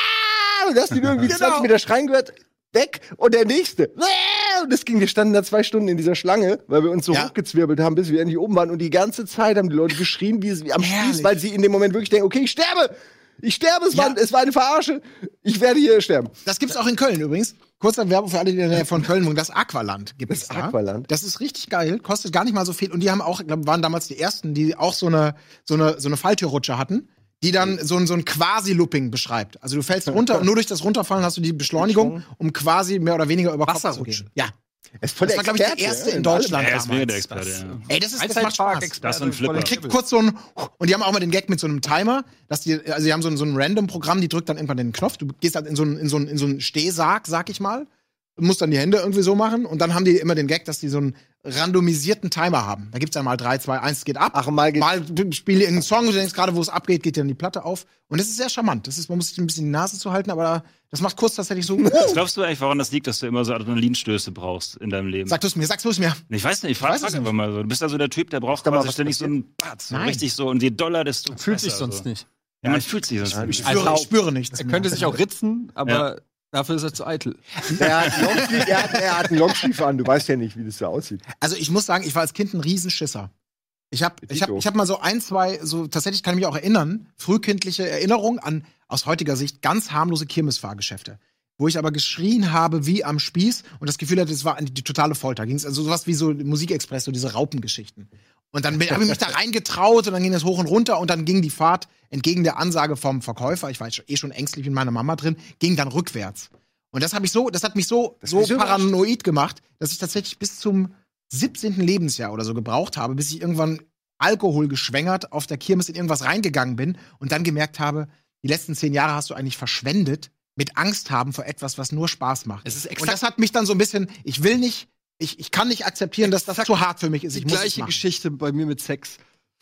S2: ah, und du hast die irgendwie
S4: Genau.
S2: zwanzig Meter schreien gehört. Weg und der nächste. Und das ging, wir standen da zwei Stunden in dieser Schlange, weil wir uns so
S4: Ja.
S2: hochgezwirbelt haben, bis wir endlich oben waren. Und die ganze Zeit haben die Leute geschrien, wie, wie am
S4: Herrlich.
S2: Spieß, weil sie in dem Moment wirklich denken, okay, ich sterbe! Ich sterbe, es, war,
S4: Ja.
S2: es war eine Verarsche. Ich werde hier sterben.
S4: Das gibt's auch in Köln übrigens. Kurze Werbung für alle, die in der Nähe von Köln wohnen. Das Aqualand gibt es
S2: Das
S4: da.
S2: Aqualand.
S4: Das ist richtig geil, kostet gar nicht mal so viel. Und die haben auch, ich glaube, waren damals die ersten, die auch so eine, so eine, so eine Falltürrutsche hatten, die dann so ein, so ein Quasi-Looping beschreibt. Also du fällst runter und nur durch das Runterfallen hast du die Beschleunigung, um quasi mehr oder weniger über Kopf zu
S1: Wasserrutschen.
S4: gehen. Ja.
S2: Er ist voll
S4: Das
S2: der
S4: war, glaube ich, der
S2: Experte,
S4: erste
S2: ja,
S4: in Deutschland
S3: Er ist mega der
S4: damals.
S3: Experte, ja.
S4: Ey, das ist, das macht Spaß.
S3: Das ist ein Flipper.
S4: Man kriegt kurz so ein, und die haben auch mal den Gag mit so einem Timer, dass die, also die haben so ein, so ein Random-Programm, die drückt dann irgendwann den Knopf, du gehst halt in so einen, in so einen, in so einen Stehsarg, sag ich mal, und musst dann die Hände irgendwie so machen, und dann haben die immer den Gag, dass die so einen randomisierten Timer haben. Da gibt's dann mal drei, zwei, eins, geht ab.
S2: Ach, mal geht-
S4: Mal spiele irgendeinen Song, du denkst gerade, wo es abgeht, geht dir dann die Platte auf. Und das ist sehr charmant. Das ist, man muss sich ein bisschen die Nase zu halten, aber das macht kurz tatsächlich so.
S3: Was glaubst du eigentlich, woran das liegt, dass du immer so Adrenalinstöße brauchst in deinem Leben?
S4: Sag du es mir, sagst du es mir.
S3: Ich weiß nicht, ich frage
S4: weiß es
S3: frag einfach mal so. Du bist also der Typ, der braucht
S2: da mal
S3: quasi
S2: was
S3: ständig so einen Batz. So
S4: Nein.
S3: richtig so. Und je doller, desto
S1: Fühlt
S3: besser,
S1: sich sonst
S3: so.
S1: nicht.
S3: Ja, man fühlt sich sonst
S2: Ja,
S3: nicht.
S4: Ich spüre, ich spüre nichts.
S1: Er könnte sich auch ritzen, aber dafür ist er zu eitel.
S2: Er hat, einen Longstief, er, hat, er hat einen Longstief an, du weißt ja nicht, wie das so aussieht.
S4: Also ich muss sagen, ich war als Kind ein Riesenschisser. Ich habe ich hab,
S2: Dito.
S4: ich hab mal so ein, zwei, so tatsächlich kann ich mich auch erinnern, frühkindliche Erinnerungen an aus heutiger Sicht ganz harmlose Kirmesfahrgeschäfte. Wo ich aber geschrien habe wie am Spieß und das Gefühl hatte, es war die, die totale Folter. Ging es also sowas wie so Musikexpress, so diese Raupengeschichten. Und dann habe ich mich da reingetraut und dann ging es hoch und runter und dann ging die Fahrt entgegen der Ansage vom Verkäufer, ich war eh schon ängstlich mit meiner Mama drin, ging dann rückwärts. Und das habe ich so, das hat mich so,
S2: Das
S4: so
S2: hat mich so
S4: paranoid gemacht, dass ich tatsächlich bis zum siebzehnten Lebensjahr oder so gebraucht habe, bis ich irgendwann Alkohol geschwängert auf der Kirmes in irgendwas reingegangen bin und dann gemerkt habe, die letzten zehn Jahre hast du eigentlich verschwendet mit Angst haben vor etwas, was nur Spaß macht.
S1: Es ist
S4: Und
S1: exakt
S4: das hat mich dann so ein bisschen, ich will nicht, ich, ich kann nicht akzeptieren, dass das zu hart für mich ist.
S1: die
S4: Ich muss es
S1: gleiche
S4: machen.
S1: Geschichte bei mir mit Sex.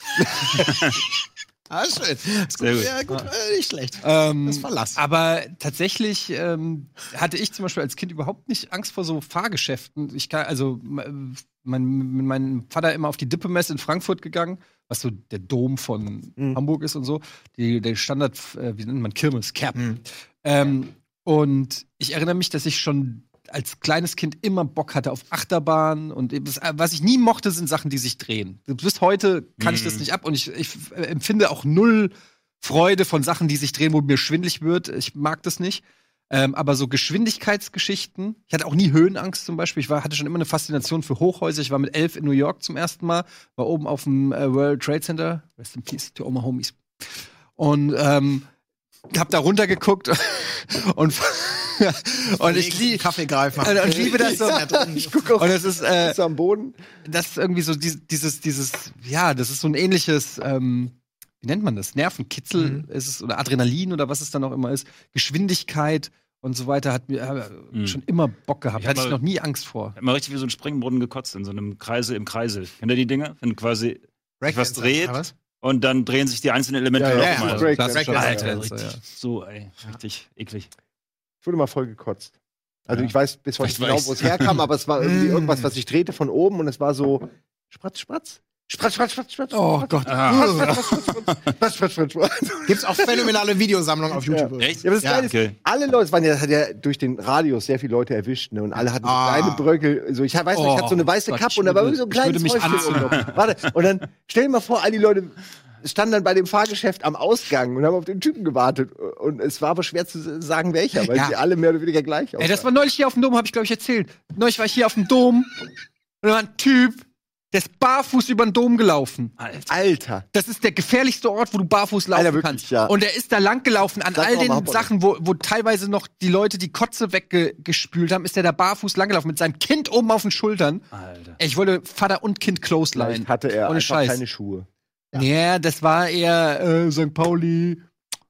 S4: Ah, schön. Ist
S3: Sehr gut.
S4: Ja, gut, äh, nicht schlecht.
S1: Ähm,
S4: Das Verlass.
S1: Aber tatsächlich ähm, hatte ich zum Beispiel als Kind überhaupt nicht Angst vor so Fahrgeschäften. Ich kann, also mein, mit meinem Vater immer auf die Dippemesse in Frankfurt gegangen, was so der Dom von
S2: Mhm.
S1: Hamburg ist und so. Die, der Standard, äh, wie nennt man, Kirmes, Kerb.
S4: Mhm.
S1: Ähm, und ich erinnere mich, dass ich schon als kleines Kind immer Bock hatte auf Achterbahn und das, was ich nie mochte, sind Sachen, die sich drehen. Bis heute kann ich das
S3: Mhm.
S1: nicht ab und ich, ich äh, empfinde auch null Freude von Sachen, die sich drehen, wo mir schwindelig wird. Ich mag das nicht. Ähm, aber so Geschwindigkeitsgeschichten. Ich hatte auch nie Höhenangst zum Beispiel. Ich war, hatte schon immer eine Faszination für Hochhäuser. Ich war mit elf in New York zum ersten Mal, war oben auf dem äh, World Trade Center. Rest in peace to all my homies. Und ähm, hab da runtergeguckt und und ich liebe
S4: Kaffee greifen.
S1: und ich liebe das so.
S2: Ich gucke auch
S1: Und es ist äh,
S2: ist am Boden.
S1: das ist irgendwie so dieses, dieses, dieses, ja, das ist so ein ähnliches, ähm, wie nennt man das? Nervenkitzel
S4: Mhm.
S1: ist es oder Adrenalin oder was es dann auch immer ist, Geschwindigkeit und so weiter hat mir äh,
S3: Mhm.
S1: schon immer Bock gehabt.
S3: Ich hab
S1: Hatte ich
S3: mal-
S1: noch nie Angst vor.
S3: Ich hab mal richtig wie so ein Springbrunnen gekotzt in so einem Kreisel im Kreisel. Kennt ihr die Dinger? Wenn quasi sich was dreht
S4: Was?
S3: und dann drehen sich die einzelnen Elemente
S2: Ja, ja,
S3: nochmal.
S2: ja, Break-
S1: Klassischer
S2: Break-
S3: Alter,
S1: Breakdance,
S3: richtig,
S1: ja.
S3: so, ey, richtig eklig.
S2: Ich wurde mal voll gekotzt. Also
S3: Ja.
S2: ich weiß bis heute
S3: Ich
S2: nicht genau,
S3: weiß.
S2: wo es herkam, aber es war irgendwie
S4: Mm.
S2: irgendwas, was ich drehte von oben und es war so Spratz, Spratz. Spratz, Spratz, Spratz, Spratz.
S1: Oh Gott.
S3: Ah,
S2: Spratz, Spratz, Spratz, Spratz.
S4: Gibt's auch phänomenale Videosammlungen auf YouTube.
S3: echt?
S2: Ja, aber das
S4: Ja,
S2: Geile ist,
S3: okay.
S2: alle Leute, es waren ja, das hat ja durch den Radius sehr viele Leute erwischt, ne? Und alle hatten so
S4: Ah.
S2: kleine Bröckel. So, ich weiß noch, ich
S1: Oh,
S2: hatte so eine weiße
S1: Gott,
S2: Kappe
S1: ich
S2: und da war
S1: würde-
S2: irgendwie so ein
S1: ich würde
S2: kleines
S1: mich
S2: Häufchen
S1: anziehen.
S2: oben drauf. Warte, und dann stell dir mal vor, all die Leute standen dann bei dem Fahrgeschäft am Ausgang und haben auf den Typen gewartet. Und es war aber schwer zu sagen, welcher, weil
S4: Ja.
S2: sie alle mehr oder weniger gleich
S1: Ey, das
S2: aussahen.
S1: war neulich hier auf dem Dom, habe ich glaube ich erzählt. Neulich war ich hier auf dem Dom und da war ein Typ, der ist barfuß über den Dom gelaufen.
S3: Alter.
S2: Alter.
S1: Das ist der gefährlichste Ort, wo du barfuß laufen
S2: Alter, wirklich,
S1: kannst.
S2: ja.
S1: Und er ist da lang gelaufen an
S2: Sag
S1: all
S2: mal,
S1: den
S2: Hauptbahnhof.
S1: Sachen, wo, wo teilweise noch die Leute die Kotze weggespült haben, ist der da barfuß lang gelaufen mit seinem Kind oben auf den Schultern.
S3: Alter.
S1: Ey, ich wollte Vater und Kind clothesline.
S2: Vielleicht hatte er
S1: Ohne
S2: einfach
S1: Scheiß.
S2: keine Schuhe.
S1: Ja, das war eher äh, Sankt Pauli.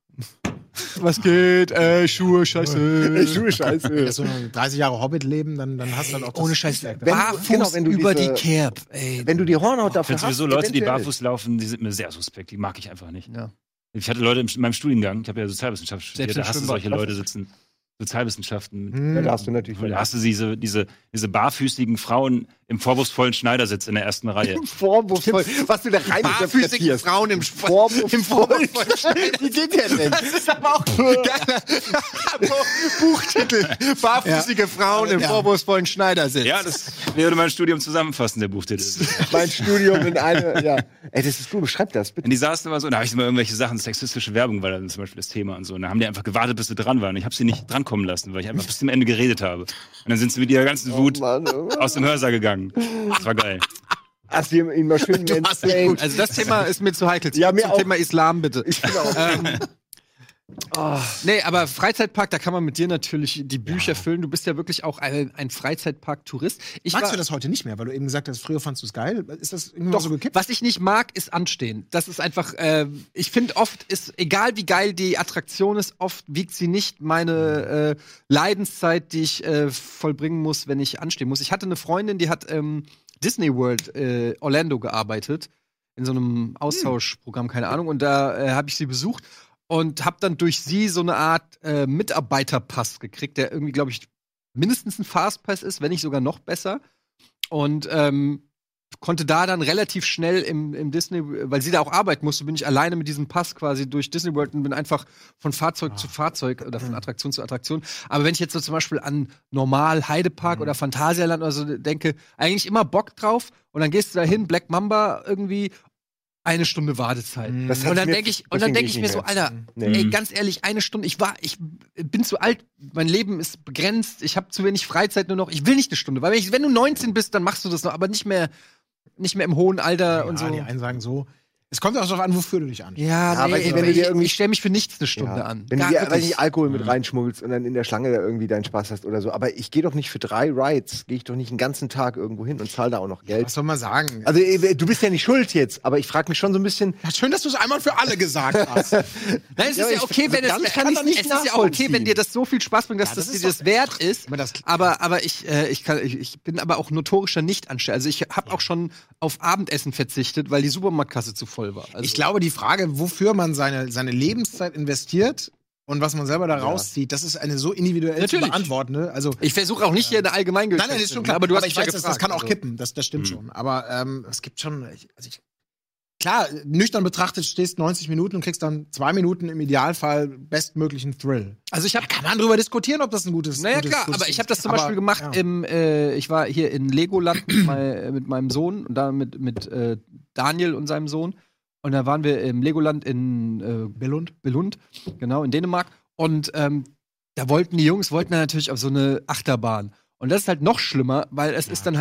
S1: Was geht? Äh, Schuhe, scheiße.
S2: Schuhe, scheiße.
S4: Wenn du so dreißig Jahre Hobbit-Leben, dann, dann hast du halt auch das
S1: Ohne Scheiß.
S4: Feedback.
S2: Wenn du-
S1: Barfuß
S2: genau, wenn du
S1: über
S2: diese-
S1: die Kerb. Ey.
S2: Wenn du die Hornhaut
S3: Ich
S2: dafür
S3: finde
S2: hast,
S3: sowieso Leute, die
S2: eventuell.
S3: barfuß laufen, die sind mir sehr suspekt. Die mag ich einfach nicht.
S1: Ja.
S3: Ich hatte Leute in meinem Studiengang, ich habe ja Sozialwissenschaft studiert,
S1: Selbst im
S3: da hast du
S1: Schwimmbad.
S3: solche Leute sitzen. Sozialwissenschaften.
S4: Hm.
S2: Ja, da hast du natürlich
S3: Da hast du diese, diese, diese barfüßigen Frauen im vorwurfsvollen Schneidersitz in der ersten Reihe.
S2: Vorwurfsvoll, was du da rein
S1: Barfüßige
S2: interpretierst.
S1: Frauen im
S2: Vorwurfsvoll. Wie geht der denn?
S1: Das ist aber auch ein geiler Buchtitel. Barfüßige Frauen im
S4: Ja.
S1: vorwurfsvollen Schneidersitz.
S3: Ja, das würde mein Studium zusammenfassen, der Buchtitel.
S2: Mein Studium in eine, ja. Ey, das ist gut, beschreib das bitte.
S3: Und die saßen immer so, da habe ich immer irgendwelche Sachen, sexistische Werbung war dann zum Beispiel das Thema und so. Und da haben die einfach gewartet, bis sie dran waren. Und ich habe sie nicht drankommen lassen, weil ich einfach bis zum Ende geredet habe. Und dann sind sie mit ihrer ganzen Wut
S2: Mann, oh.
S3: aus dem Hörsaal gegangen. Das war geil.
S2: Hast du ihn mal schön
S4: Du hast
S2: entertained.
S1: Also das Thema ist mir zu heikel.
S2: Ja, mir
S1: Zum
S2: auch.
S1: Thema Islam, bitte.
S2: Ich bin auch.
S1: ähm, oh, nee, aber Freizeitpark, da kann man mit dir natürlich die Bücher füllen. Du bist ja wirklich auch ein, ein Freizeitpark-Tourist. Ich
S4: Magst
S1: war-
S4: du das heute nicht mehr, weil du eben gesagt hast, früher fandst du es geil? Ist das irgendwie mal
S1: Doch,
S4: so gekippt?
S1: was ich nicht mag, ist anstehen. Das ist einfach, äh, ich finde oft ist, egal wie geil die Attraktion ist, oft wiegt sie nicht meine äh, Leidenszeit, die ich äh, vollbringen muss, wenn ich anstehen muss. Ich hatte eine Freundin, die hat ähm, Disney World äh, Orlando gearbeitet, in so einem Austauschprogramm, keine Ahnung, und da äh, habe ich sie besucht und habe dann durch sie so eine Art äh, Mitarbeiterpass gekriegt, der irgendwie, glaube ich, mindestens ein Fastpass ist, wenn nicht sogar noch besser. Und ähm, konnte da dann relativ schnell im, im Disney, weil sie da auch arbeiten musste, bin ich alleine mit diesem Pass quasi durch Disney World und bin einfach von Fahrzeug
S4: Ah.
S1: zu Fahrzeug oder von Attraktion zu Attraktion. Aber wenn ich jetzt so zum Beispiel an Normal Heidepark
S4: Mhm.
S1: oder Phantasialand oder so denke, eigentlich immer Bock drauf und dann gehst du da hin, Black Mamba irgendwie, eine Stunde Wartezeit.
S4: Mhm.
S2: Das hat
S1: Und dann
S2: mir-
S1: denke ich, und dann
S2: deswegen
S1: denke
S2: geh
S1: ich
S2: ich
S1: mir
S2: nicht
S1: so,
S2: mehr.
S1: Alter,
S2: Nee.
S1: ey, ganz ehrlich, eine Stunde, ich war, ich bin zu alt, mein Leben ist begrenzt, ich habe zu wenig Freizeit nur noch, ich will nicht eine Stunde, weil wenn, ich, wenn du neunzehn bist, dann machst du das noch, aber nicht mehr, nicht mehr im hohen Alter
S4: Ja,
S1: und so.
S4: die einen sagen so. Es kommt auch darauf an, wofür du dich anstehst.
S1: Ja,
S2: Ja,
S1: nee,
S2: weißt du,
S1: ey,
S2: wenn du
S1: ich,
S2: dir irgendwie-
S1: ich stelle mich für nichts eine Stunde
S2: Ja.
S1: an.
S2: Wenn du
S1: Gar
S2: dir
S1: wirklich.
S2: weiß nicht, Alkohol mit reinschmuggelst und dann in der Schlange da irgendwie deinen Spaß hast oder so. Aber ich gehe doch nicht für drei Rides, gehe ich doch nicht den ganzen Tag irgendwo hin und zahle da auch noch Geld.
S4: Was soll man sagen?
S2: Also eh, du bist ja nicht schuld jetzt, aber ich frage mich schon so ein bisschen.
S4: Ja, schön, dass du es einmal für alle gesagt hast.
S1: Nein, es
S2: Ja,
S1: ist ja
S2: ich-
S1: okay, wenn
S2: also
S1: es,
S2: ganz kann ich's
S1: es
S2: nicht
S1: ist ja auch okay,
S2: nachvollziehen.
S1: wenn dir das so viel Spaß bringt, dass
S4: Ja,
S1: das,
S4: das
S1: dir
S4: ist
S1: das wert ist.
S4: Aber das-
S1: Aber, aber ich, äh, ich, kann, ich, ich bin aber auch notorischer Nicht-Ansteller. Also ich habe auch schon auf Abendessen verzichtet, weil die Supermarktkasse zu voll war. Also
S4: Ich glaube, die Frage, wofür man seine, seine Lebenszeit investiert und was man selber da rauszieht, das ist eine so individuell zu
S1: Natürlich.
S4: beantwortende. Also,
S1: ich versuche auch nicht hier eine Allgemeingültigkeit.
S4: nein, nein, das ist schon klar.
S1: Aber du hast
S4: ich
S1: mich ja
S4: weiß, das, das
S1: gefragt,
S4: kann auch
S1: also.
S4: kippen. Das, das stimmt schon. Aber ähm, es gibt schon. ich- Also ich, klar, nüchtern betrachtet stehst neunzig Minuten und kriegst dann zwei Minuten im Idealfall bestmöglichen Thrill.
S1: Also ich habe
S4: Kann man drüber diskutieren, ob das ein gutes
S1: Naja,
S4: gutes,
S1: klar,
S4: gutes
S1: aber ich
S4: Ding
S1: habe das
S4: ist.
S1: zum
S4: Aber,
S1: Beispiel gemacht
S4: ja.
S1: im, äh, ich war hier in Legoland mit, mein, mit meinem Sohn und da mit, mit äh, Daniel und seinem Sohn. Und da waren wir im Legoland in äh,
S4: Billund.
S1: Billund, genau, in Dänemark. Und ähm, da wollten die Jungs, wollten dann natürlich auf so eine Achterbahn. Und das ist halt noch schlimmer, weil es ist dann halt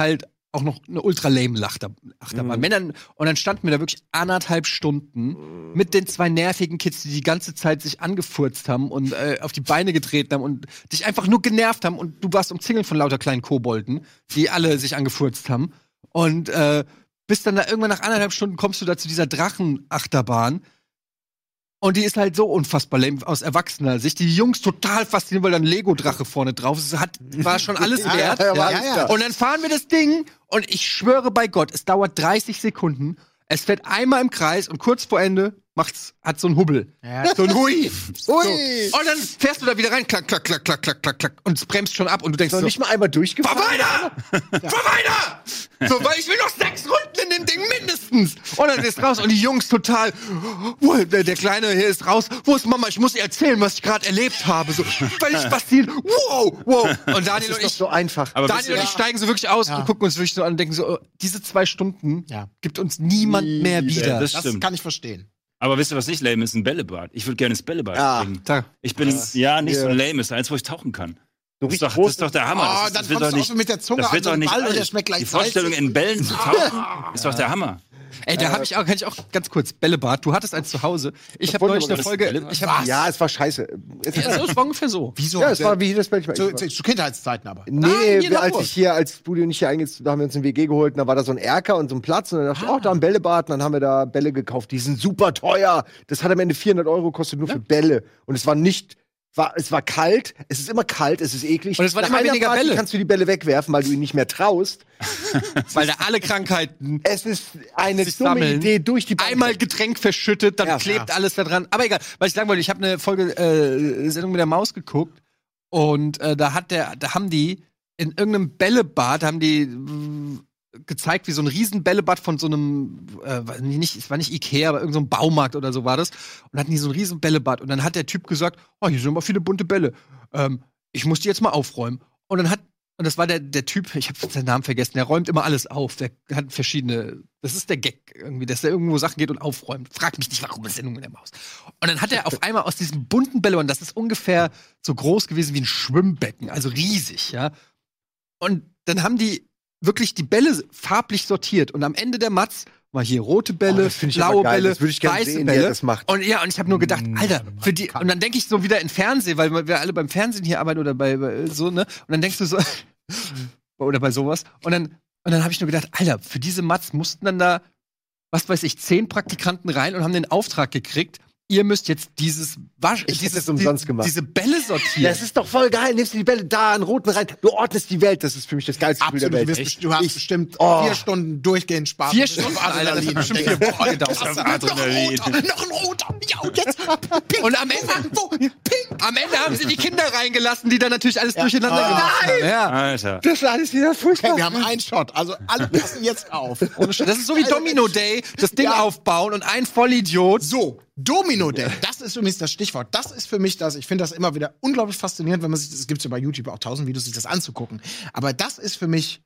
S1: auch noch eine ultra lame Lachter- Achterbahn.
S2: Mhm.
S1: Wenn dann, und dann standen wir da wirklich anderthalb Stunden mit den zwei nervigen Kids, die die ganze Zeit sich angefurzt haben und äh, auf die Beine getreten haben und dich einfach nur genervt haben und du warst umzingelt von lauter kleinen Kobolden, die alle sich angefurzt haben. Und äh, bis dann da irgendwann nach anderthalb Stunden kommst du da zu dieser Drachenachterbahn. Und die ist halt so unfassbar lame aus erwachsener Sicht. Die Jungs total fasziniert, weil da ein Lego-Drache vorne drauf ist. Hat, war schon alles wert.
S2: Ja, ja, war
S4: Ja,
S2: alles
S4: ja.
S2: klar.
S1: Und dann fahren wir das Ding und ich schwöre bei Gott, es dauert dreißig Sekunden. Es fährt einmal im Kreis und kurz vor Ende macht's, hat so einen Hubbel.
S4: Ja.
S1: So ein Hui. So.
S2: Ui.
S1: Und dann fährst du da wieder rein, klack, klack, klack, klack, klack, klack, klack. Und es bremst schon ab und du denkst
S2: Noch
S1: so,
S2: nicht mal einmal
S1: fahr
S2: durchgefahren.
S1: weiter! Fahr weiter! So, weil ich will noch sechs Runden in dem Ding mindestens. Und dann ist raus und die Jungs total, wo, der, der Kleine hier ist raus. Wo ist Mama? Ich muss ihr erzählen, was ich gerade erlebt habe. So, völlig fasziniert. Wow, wow. Und Daniel
S2: Das
S1: und
S2: ist doch
S1: ich,
S2: so einfach.
S3: Aber
S1: Daniel und
S3: wisst
S1: ich
S3: ihr,
S1: steigen so wirklich aus
S4: Ja.
S1: und gucken uns wirklich so an und denken so, oh, diese zwei Stunden
S4: Ja.
S1: gibt uns niemand
S2: Nie
S1: mehr
S2: wieder.
S1: wieder.
S3: das
S4: Das
S3: stimmt.
S4: kann ich verstehen.
S3: Aber wisst ihr, was nicht lame ist? Ein Bällebad. Ich würde gerne ins Bällebad
S2: Ah.
S3: springen.
S1: Da.
S3: Ich bin, ja, nicht so
S2: Ja.
S3: lame. Das ist eins, wo ich tauchen kann.
S2: So
S3: Das ist,
S2: richtig
S3: doch,
S2: groß.
S3: das ist doch der Hammer.
S4: Oh,
S3: das, ist,
S4: dann
S3: das wird
S4: kommst
S3: doch
S4: du auch
S3: nicht,
S4: so mit der Zunge
S3: das
S4: an
S3: wird
S4: so
S3: doch
S4: einen
S3: nicht
S4: Ball und
S3: alt.
S4: der schmeckt gleich
S3: Die Vorstellung,
S4: salzig.
S3: in Bällen zu tauchen, ist doch der Hammer.
S1: Ey, da hab ich auch, kann ich auch ganz kurz, Bällebad, du hattest eins zu Hause. Ich habe
S2: wollte
S1: neulich
S2: aber
S1: eine
S3: das
S1: Folge,
S3: Bällebad?
S1: ich hab,
S2: Ja, es war scheiße. Es
S1: ja, so, es war ungefähr so.
S4: Wieso?
S2: ja, es war wie das Bällchen.
S4: zu, zu, zu Kindheitszeiten aber.
S2: Nee,
S1: Nein, hier
S2: wir,
S1: in
S2: als
S1: Hamburg.
S2: ich hier, als Budi und ich hier eingezogen, da haben wir uns ein W G geholt und da war da so ein Erker und so ein Platz und dann dachte ich, oh, da ein Bällebad und dann haben wir da Bälle gekauft, die sind super teuer. Das hat am Ende vierhundert Euro gekostet nur für Bälle und es war nicht, war, es war kalt, es ist immer kalt, es ist eklig.
S1: Und es waren
S2: Nach
S1: immer
S2: einer
S1: weniger
S2: Party
S1: Bälle.
S2: kannst du die Bälle wegwerfen, weil du ihn nicht mehr traust.
S1: Weil da alle Krankheiten
S2: Es ist eine
S1: sich
S2: dumme
S1: sammeln.
S2: Idee durch die Bank.
S1: Einmal Getränk verschüttet, dann
S2: Ja.
S1: klebt alles da dran. Aber egal, was ich sagen wollte, ich habe eine Folge äh, Sendung mit der Maus geguckt und äh, da hat der, da haben die in irgendeinem Bällebad haben die äh, gezeigt, wie so ein riesen Bällebad von so einem, äh, nicht, es war nicht Ikea, aber irgendein so Baumarkt oder so war das. Und hatten die so ein riesen Bällebad und dann hat der Typ gesagt, oh, hier sind aber viele bunte Bälle. Ähm, ich muss die jetzt mal aufräumen. Und dann hat Und das war der, der Typ, ich habe seinen Namen vergessen, der räumt immer alles auf. Der hat verschiedene, das ist der Gag irgendwie, dass er irgendwo Sachen geht und aufräumt. Frag mich nicht, warum, das Sendung mit der Maus. Und dann hat er auf einmal aus diesem bunten Bällebad, das ist ungefähr so groß gewesen wie ein Schwimmbecken, also riesig, ja. Und dann haben die wirklich die Bälle farblich sortiert. Und am Ende der Matz war hier rote Bälle,
S2: Oh, das find ich
S1: blaue
S2: aber geil.
S1: Bälle,
S2: Das würde ich gerne
S1: weiße
S2: sehen, wie er
S1: Bälle.
S2: das macht.
S1: Und ja, und ich habe nur gedacht, Alter, für die. Und dann denke ich so wieder in Fernsehen, weil wir alle beim Fernsehen hier arbeiten oder bei, bei so, ne? Und dann denkst du so, oder bei sowas. Und dann, und dann habe ich nur gedacht, Alter, für diese Matz mussten dann da, was weiß ich, zehn Praktikanten rein und haben den Auftrag gekriegt. Ihr müsst jetzt dieses Wasch,
S2: Ich hätte
S1: dieses,
S2: es umsonst
S1: die,
S2: gemacht.
S1: diese Bälle sortieren.
S2: Das ist doch voll geil. Nimmst du die Bälle da, einen roten rein. Du ordnest die Welt. Das ist für mich das geilste Gefühl
S4: Absolut,
S2: der
S4: du,
S2: Welt.
S4: wirst, best- du hast
S2: Ich-
S4: bestimmt
S2: Oh.
S4: vier Stunden durchgehend Spaß.
S1: Vier
S4: Du bist
S1: Stunden,
S4: auf
S1: Alter, das hat
S4: Adrenalin
S1: bestimmt
S4: und
S1: vier
S4: denkst,
S1: Wochen gedauert.
S4: Klasse,
S3: Adrenalin.
S4: Noch ein roter, noch ein roter. Ja, und jetzt pink.
S1: Und am Ende,
S4: Wo? Pink.
S1: am Ende haben sie die Kinder reingelassen, die dann natürlich alles durcheinander
S4: Oh.
S1: gemacht haben. Ja.
S3: Alter.
S2: Das ist alles wieder furchtbar.
S4: Okay, wir haben einen Shot. Also alle passen jetzt auf.
S1: Das ist so wie Domino Day, das Ding
S4: Ja.
S1: aufbauen und ein Vollidiot.
S4: So, Domino Day, das ist übrigens das Stichwort. Das ist für mich das, ich finde das immer wieder unglaublich faszinierend, wenn man sich, das gibt ja bei YouTube auch tausend Videos, sich das anzugucken. Aber das ist für mich,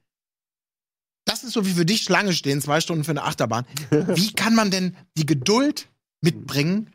S4: das ist so wie für dich Schlange stehen, zwei Stunden für eine Achterbahn. Wie kann man denn die Geduld mitbringen,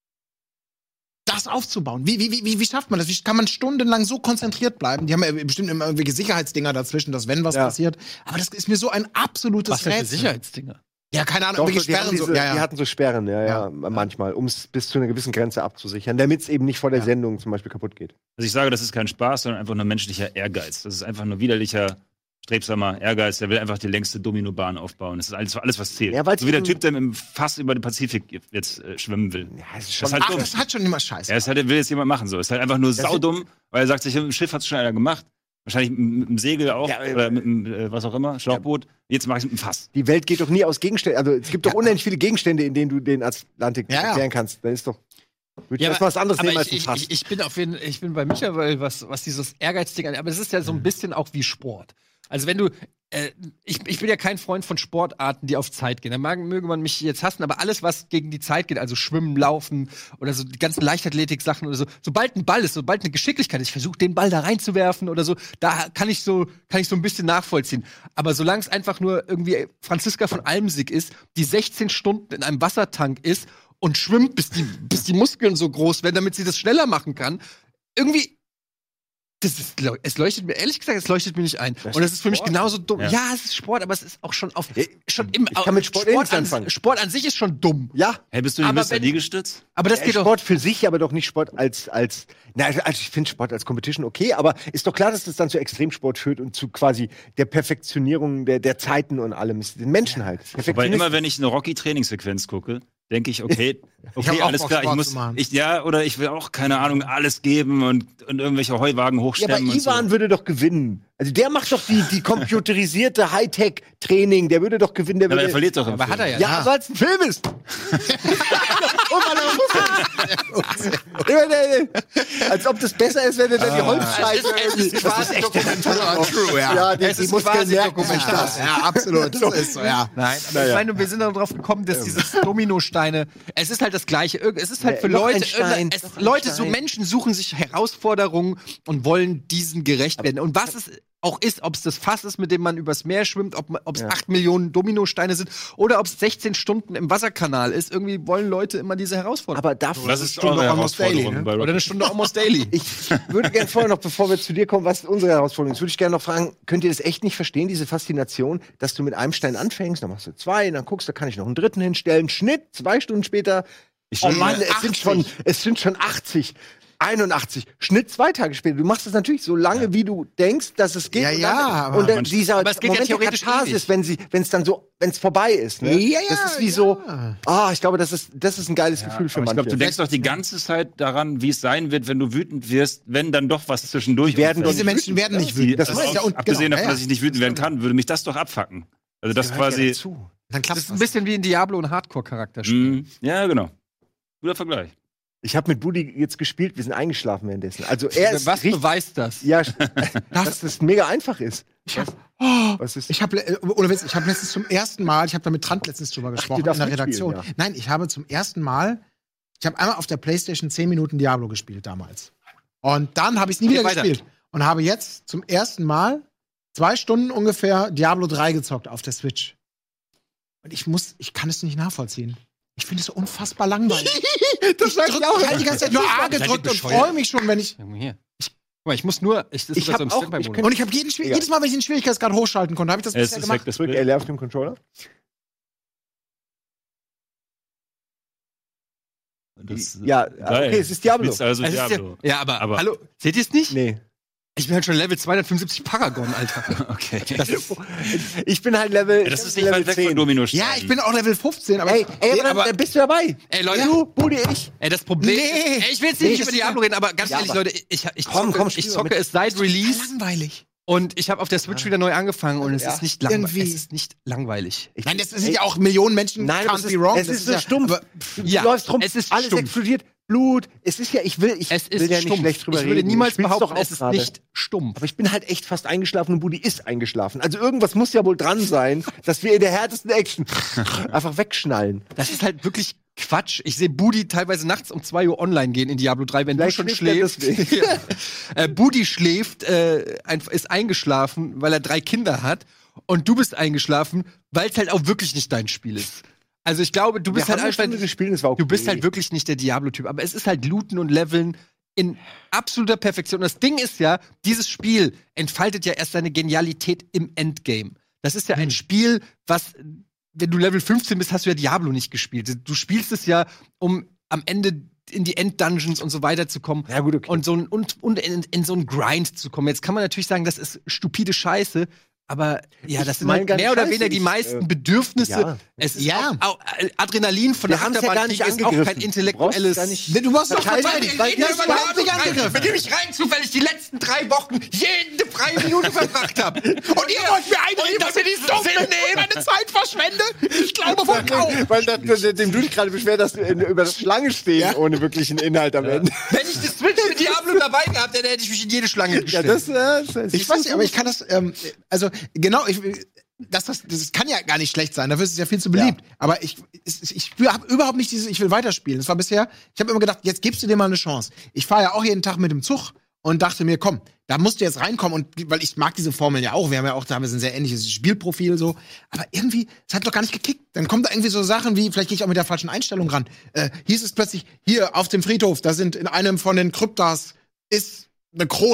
S4: das aufzubauen? Wie, wie, wie, wie schafft man das? Wie kann man stundenlang so konzentriert bleiben? Die haben ja bestimmt immer irgendwelche Sicherheitsdinger dazwischen, dass wenn was
S2: Ja.
S4: passiert. Aber das ist mir so ein absolutes
S1: Was für
S4: Rätsel.
S1: Sicherheitsdinger?
S4: Ja, keine Ahnung,
S2: Doch,
S4: irgendwelche
S2: die, hatten
S4: Sperren
S2: diese,
S4: so. Ja, ja.
S2: die hatten so Sperren, ja, ja,
S4: Ja.
S2: manchmal, um es bis zu einer gewissen Grenze abzusichern, damit es eben nicht vor der
S4: Ja.
S2: Sendung zum Beispiel kaputt geht.
S3: Also ich sage, das ist kein Spaß, sondern einfach nur menschlicher Ehrgeiz. Das ist einfach nur widerlicher, strebsamer Ehrgeiz. Der will einfach die längste Dominobahn aufbauen. Das ist alles, alles was zählt.
S2: Ja, weil's
S3: so wie der
S2: eben-
S3: Typ, der im Fass über den Pazifik jetzt äh, schwimmen will.
S2: Ja, es ist
S3: Das
S2: schon
S3: ist halt
S4: Ach,
S3: dumm.
S4: das hat schon immer Scheiße.
S3: Ja, das halt, will jetzt jemand machen so. Ist halt einfach nur saudumm, weil er sagt sich, im Schiff hat es schon einer gemacht. Wahrscheinlich mit, mit dem Segel auch
S2: Ja, äh,
S3: oder mit dem, äh, was auch immer, Schlauchboot. Jetzt mache ich es mit dem Fass.
S2: Die Welt geht doch nie aus Gegenständen. Also es gibt doch unendlich viele Gegenstände, in denen du den Atlantik
S4: Ja, ja.
S2: erklären kannst. Dann ist doch. Würde ich
S1: Ja,
S2: erstmal was anderes
S1: aber
S2: nehmen als
S1: ich,
S2: ein
S1: ich,
S2: Fass.
S1: ich, ich bin auf jeden, ich bin bei Michael, was, was dieses Ehrgeizding angeht. Aber es ist ja so ein bisschen auch wie Sport. Also wenn du, äh, ich, ich bin ja kein Freund von Sportarten, die auf Zeit gehen. Da mag, möge man mich jetzt hassen, aber alles, was gegen die Zeit geht, also Schwimmen, Laufen oder so die ganzen Leichtathletik-Sachen oder so, sobald ein Ball ist, sobald eine Geschicklichkeit ist, ich versuche den Ball da reinzuwerfen oder so, da kann ich so, kann ich so ein bisschen nachvollziehen. Aber solange es einfach nur irgendwie Franziska von Almsig ist, die sechzehn Stunden in einem Wassertank ist und schwimmt, bis die, bis die Muskeln so groß werden, damit sie das schneller machen kann, irgendwie Das ist, es leuchtet mir, ehrlich gesagt, es leuchtet mir nicht ein.
S2: Das
S1: und das
S2: ist
S1: ist für mich
S2: Sport.
S1: genauso dumm. Ja.
S3: Ja.
S1: es ist Sport, aber es ist auch schon auf,
S2: Ich-
S1: schon im,
S2: ich kann mit Sport eh nichts
S1: an,
S2: anfangen.
S1: Sport an sich ist schon dumm.
S2: Ja.
S3: Hey, bist du nicht
S1: Aber
S3: Mister
S1: wenn-
S3: Liegestütz?
S1: Aber das
S2: Ja,
S1: geht doch.
S2: Sport für sich, aber doch nicht Sport als, als, na, also ich finde Sport als Competition okay, aber ist doch klar, dass das dann zu Extremsport führt und zu quasi der Perfektionierung der, der Zeiten und allem. Ist den Menschen halt.
S3: Weil
S2: Perfektionist-
S3: immer, wenn ich eine Rocky-Trainingssequenz gucke, denke ich, okay, okay,
S4: hab auch
S3: alles
S4: Bock,
S3: klar, ich
S4: Sport
S3: muss,
S4: zu machen.
S3: ich, ja, oder ich will auch, keine Ahnung, alles geben und, und irgendwelche Heuwagen
S2: Ja, aber
S3: hochstemmen und
S2: Ivan
S3: so.
S2: würde doch gewinnen. Also der macht doch die, die computerisierte Hightech-Training. Der würde doch gewinnen. Der
S3: Aber
S2: würde,
S3: er verliert doch im
S1: Aber hat er
S3: Film.
S1: ja.
S2: ja, weil es ein Film ist. Als ob das besser ist, wenn er dann die Holzscheibe irgendwie.
S1: Es ist echt
S4: True, ja.
S2: Ja, die,
S1: Es
S2: die
S1: ist
S2: Muskeln
S1: quasi
S2: merken sich
S1: dokumentar.
S2: das.
S4: Ja, absolut. Das ist so, ja.
S1: Nein, aber
S2: Naja.
S1: ich meine, wir sind darauf gekommen, dass dieses Dominosteine, es ist halt das Gleiche. Irg- Es ist halt
S2: Ja,
S1: für
S2: noch ein
S1: Leute,
S2: Stein,
S1: es,
S2: noch ein
S1: Leute, so
S2: Stein.
S1: Menschen suchen sich Herausforderungen und wollen diesen gerecht werden. Und was es auch ist, ob es das Fass ist, mit dem man übers Meer schwimmt, ob es
S2: Ja.
S1: acht Millionen Dominosteine sind oder ob es sechzehn Stunden im Wasserkanal ist, irgendwie wollen Leute immer diese Herausforderungen.
S2: Aber dafür.
S3: Was ist
S4: Stunde
S3: eure
S4: Almost
S3: Herausforderung
S4: Daily, ne?
S3: bei
S1: Oder
S3: Rocky?
S1: eine Stunde Almost Daily.
S2: Ich würde gerne vorher noch, bevor wir zu dir kommen, was ist unsere Herausforderung ist, würde ich gerne noch fragen, könnt ihr das echt nicht verstehen, diese Faszination, dass du mit einem Stein anfängst, dann machst du zwei, dann guckst, da kann ich noch einen dritten hinstellen, Schnitt, zwei Stunden später,
S3: Ich
S2: oh
S3: will
S2: Mann,
S3: mal
S2: es sind schon, es sind schon achtzig. einundachtzig, Schnitt zwei Tage später. Du machst es natürlich so lange, wie du denkst, dass es geht.
S4: Ja,
S2: und
S4: ja,
S2: dann,
S4: aber
S2: und dann
S3: man-
S2: dieser
S1: aber es geht ja
S2: Moment der
S1: theoretisch
S2: Katharsis,
S1: ewig.
S2: wenn sie, wenn es dann so, wenn es vorbei ist. Ne?
S4: Ja, ja,
S2: das ist wie
S4: ja.
S2: so, ah, ich glaube, das ist, das ist ein geiles Gefühl für
S3: Aber ich
S2: manche.
S3: glaube, du denkst doch die ganze Zeit daran, wie es sein wird, wenn du wütend wirst, wenn dann doch was zwischendurch
S2: Die werden
S3: umfällt.
S4: Diese Menschen werden nicht
S3: Die-
S4: wütend. Das
S3: also
S4: ist ja
S3: auch
S4: und
S3: abgesehen
S4: genau,
S3: davon,
S4: ja,
S3: dass ich nicht wütend werden kann, würde mich das doch abfacken. Also das,
S2: gehört ja
S3: quasi.
S2: dazu.
S4: Dann
S1: Das
S4: klappt
S1: ist ein bisschen wie ein Diablo- und Hardcore-Charakter.
S3: Mm, ja, genau. Guter Vergleich.
S2: Ich habe mit Budi jetzt gespielt, wir sind eingeschlafen währenddessen. Also er ist
S1: Was
S2: richtig,
S1: beweist das?
S2: ja, dass das mega einfach ist.
S4: Ich hab, oh,
S2: Was ist?
S4: ich habe, ohne Witz, ich habe letztens zum ersten Mal, ich habe da mit Trant letztens drüber gesprochen in
S2: darfst
S4: der
S2: mitspielen,
S4: Redaktion.
S2: ja.
S4: Nein, ich habe zum ersten Mal, ich habe einmal auf der PlayStation zehn Minuten Diablo gespielt damals. Und dann habe ich es nie
S1: Geh
S4: wieder
S1: weiter.
S4: gespielt. Und habe jetzt zum ersten Mal zwei Stunden ungefähr Diablo drei gezockt auf der Switch. Und ich muss, ich kann es nicht nachvollziehen. Ich finde es so unfassbar langweilig.
S2: Das
S4: ich
S2: sag ich
S4: drück
S2: auch.
S4: halt die ganze Zeit nur A
S1: Seid ihr
S4: gedrückt und
S1: bescheuert?
S4: freue mich schon, wenn ich.
S1: Hier. Guck mal, ich muss nur. Ich, das ist
S2: Ich
S1: sogar
S2: hab
S1: so im
S2: auch-
S1: Standby-Modus.
S2: ich
S4: Und ich habe jeden, Schwier-
S2: Egal.
S4: jedes Mal, wenn ich den Schwierigkeitsgrad hochschalten konnte, habe ich das
S3: Es
S4: bisher
S3: ist
S4: gemacht.
S3: weg, das
S2: Drück
S3: Bild.
S2: L R auf dem Controller.
S3: Das,
S2: Ja,
S3: geil.
S2: okay, es ist Diablo.
S3: Spielst Also
S1: Es ist
S3: Diablo.
S1: ja, ja, aber,
S3: Aber-
S1: hallo, seht ihr es nicht?
S2: Nee.
S1: Ich bin halt schon Level zweihundertfünfundsiebzig Paragon, Alter.
S3: Okay.
S1: Das ist,
S2: Ich bin halt Level.
S3: Ja, das
S2: ich
S3: ist
S2: bin
S3: nicht
S2: Level
S3: weit weg von Domino.
S4: Ja, ich bin auch Level fünfzehn, aber.
S2: Ey, ey,
S4: Nee,
S2: aber, dann, dann bist du dabei.
S1: ey, Leute,
S2: Du, Budi, ich.
S1: ey, das Problem.
S4: Nee.
S1: Ey, ich will jetzt
S2: Nee,
S1: nicht
S2: das
S1: über
S2: ist
S1: Diablo reden, aber ganz
S2: Ja,
S1: ehrlich,
S2: aber-
S1: Leute, ich, ich
S2: Komm,
S1: zocke,
S2: komm,
S1: ich
S2: spiel
S1: zocke
S2: mit.
S1: es seit Release
S4: langweilig.
S1: und ich habe auf der Switch wieder neu angefangen und es
S2: Ja.
S1: ist nicht langweilig.
S4: Irgendwie.
S1: Es ist nicht langweilig.
S2: Ich-
S4: Nein, das sind
S2: ey,
S4: ja auch Millionen Menschen.
S2: Nein, aber
S4: can't
S2: es
S4: be
S2: ist,
S4: wrong.
S2: es
S4: Das
S2: ist so
S4: ja-
S2: stumpf.
S4: aber-
S2: Du
S1: Ja,
S2: läufst rum,
S1: es ist
S2: alles
S1: stumpf.
S2: explodiert, Blut. Es ist ja, ich will, ich
S1: Es ist
S2: will ja nicht
S1: stumpf.
S2: schlecht drüber
S1: ich würde
S2: reden.
S1: niemals
S2: Du spielst
S1: behaupten,
S2: doch auch
S1: es ist
S2: gerade.
S1: nicht stumpf.
S2: Aber ich bin halt echt fast eingeschlafen und Budi ist eingeschlafen. Also irgendwas muss ja wohl dran sein, dass wir in der härtesten Action einfach wegschnallen.
S1: Das ist halt wirklich Quatsch. Ich sehe Budi teilweise nachts um zwei Uhr online gehen in Diablo drei, wenn
S2: Vielleicht
S1: du schon
S2: schläft er
S1: schläfst. Ja. äh, Budi schläft, äh, ein- ist eingeschlafen, weil er drei Kinder hat. Und du bist eingeschlafen, weil es halt auch wirklich nicht dein Spiel ist. Also ich glaube, du bist
S2: Wir
S1: halt
S2: haben eine
S1: einfach.
S2: Stunde gespielt und es war okay.
S1: Du bist halt wirklich nicht der Diablo-Typ, aber es ist halt Looten und Leveln in absoluter Perfektion. Und das Ding ist ja, dieses Spiel entfaltet ja erst seine Genialität im Endgame. Das ist ja ein Spiel, was, wenn du Level fünfzehn bist, hast du ja Diablo nicht gespielt. Du spielst es ja, um am Ende in die Enddungeons und so weiter zu kommen.
S2: Ja, gut, okay.
S1: Und, so ein, und, und in, in so einen Grind zu kommen. Jetzt kann man natürlich sagen, das ist stupide Scheiße. Aber ja,
S2: Ich
S1: das sind
S2: mein
S1: halt
S2: gar nicht
S1: mehr oder
S2: scheiße,
S1: weniger die
S2: ich,
S1: meisten
S2: äh,
S1: Bedürfnisse.
S2: ja.
S1: Es ist
S4: Ja.
S1: auch, auch äh, Adrenalin von
S2: Wir
S1: der
S2: haben's ja gar
S1: Achterbahn
S2: nicht
S1: ist auch
S2: angegriffen.
S1: kein
S2: Du
S1: intellektuelles.
S2: brauchst gar nicht-
S4: Du musst doch
S2: Verteidigen,
S4: verteidigen.
S2: weil
S4: Weil
S2: das
S4: das
S2: war
S4: war nicht angegriffen.
S1: Mit dem ich rein zufällig die letzten drei Wochen jede freie Minute verbracht habe. Und ihr wollt mir einreden, dass ihr die Summe nehmen, meine Zeit verschwende? Ich glaube von kaum.
S2: Weil das, dem du dich gerade beschwert hast, in- über das Schlange stehen
S4: Ja.
S2: ohne wirklichen Inhalt am Ende.
S1: Wenn ich das Switch mit Diablo dabei gehabt hätte, hätte ich mich in jede Schlange
S2: Ja,
S1: gestellt.
S2: das, äh, das
S4: Ich weiß nicht, aber ich kann das, ähm, also genau, ich, das, das, das kann ja gar nicht schlecht sein, dafür ist es ja viel zu beliebt. Aber ich, ich, ich habe überhaupt nicht dieses, ich will weiterspielen. Das war bisher, ich habe immer gedacht, jetzt gibst du dir mal eine Chance. Ich fahre ja auch jeden Tag mit dem Zug und dachte mir, komm, da musst du jetzt reinkommen. Und weil ich mag diese Formeln ja auch, wir haben ja auch da haben wir ein sehr ähnliches Spielprofil so. Aber irgendwie, es hat doch gar nicht gekickt. Dann kommen da irgendwie so Sachen wie, vielleicht gehe ich auch mit der falschen Einstellung ran. Äh, hieß es plötzlich, hier auf dem Friedhof, da sind in einem von den Kryptas ist eine Krone.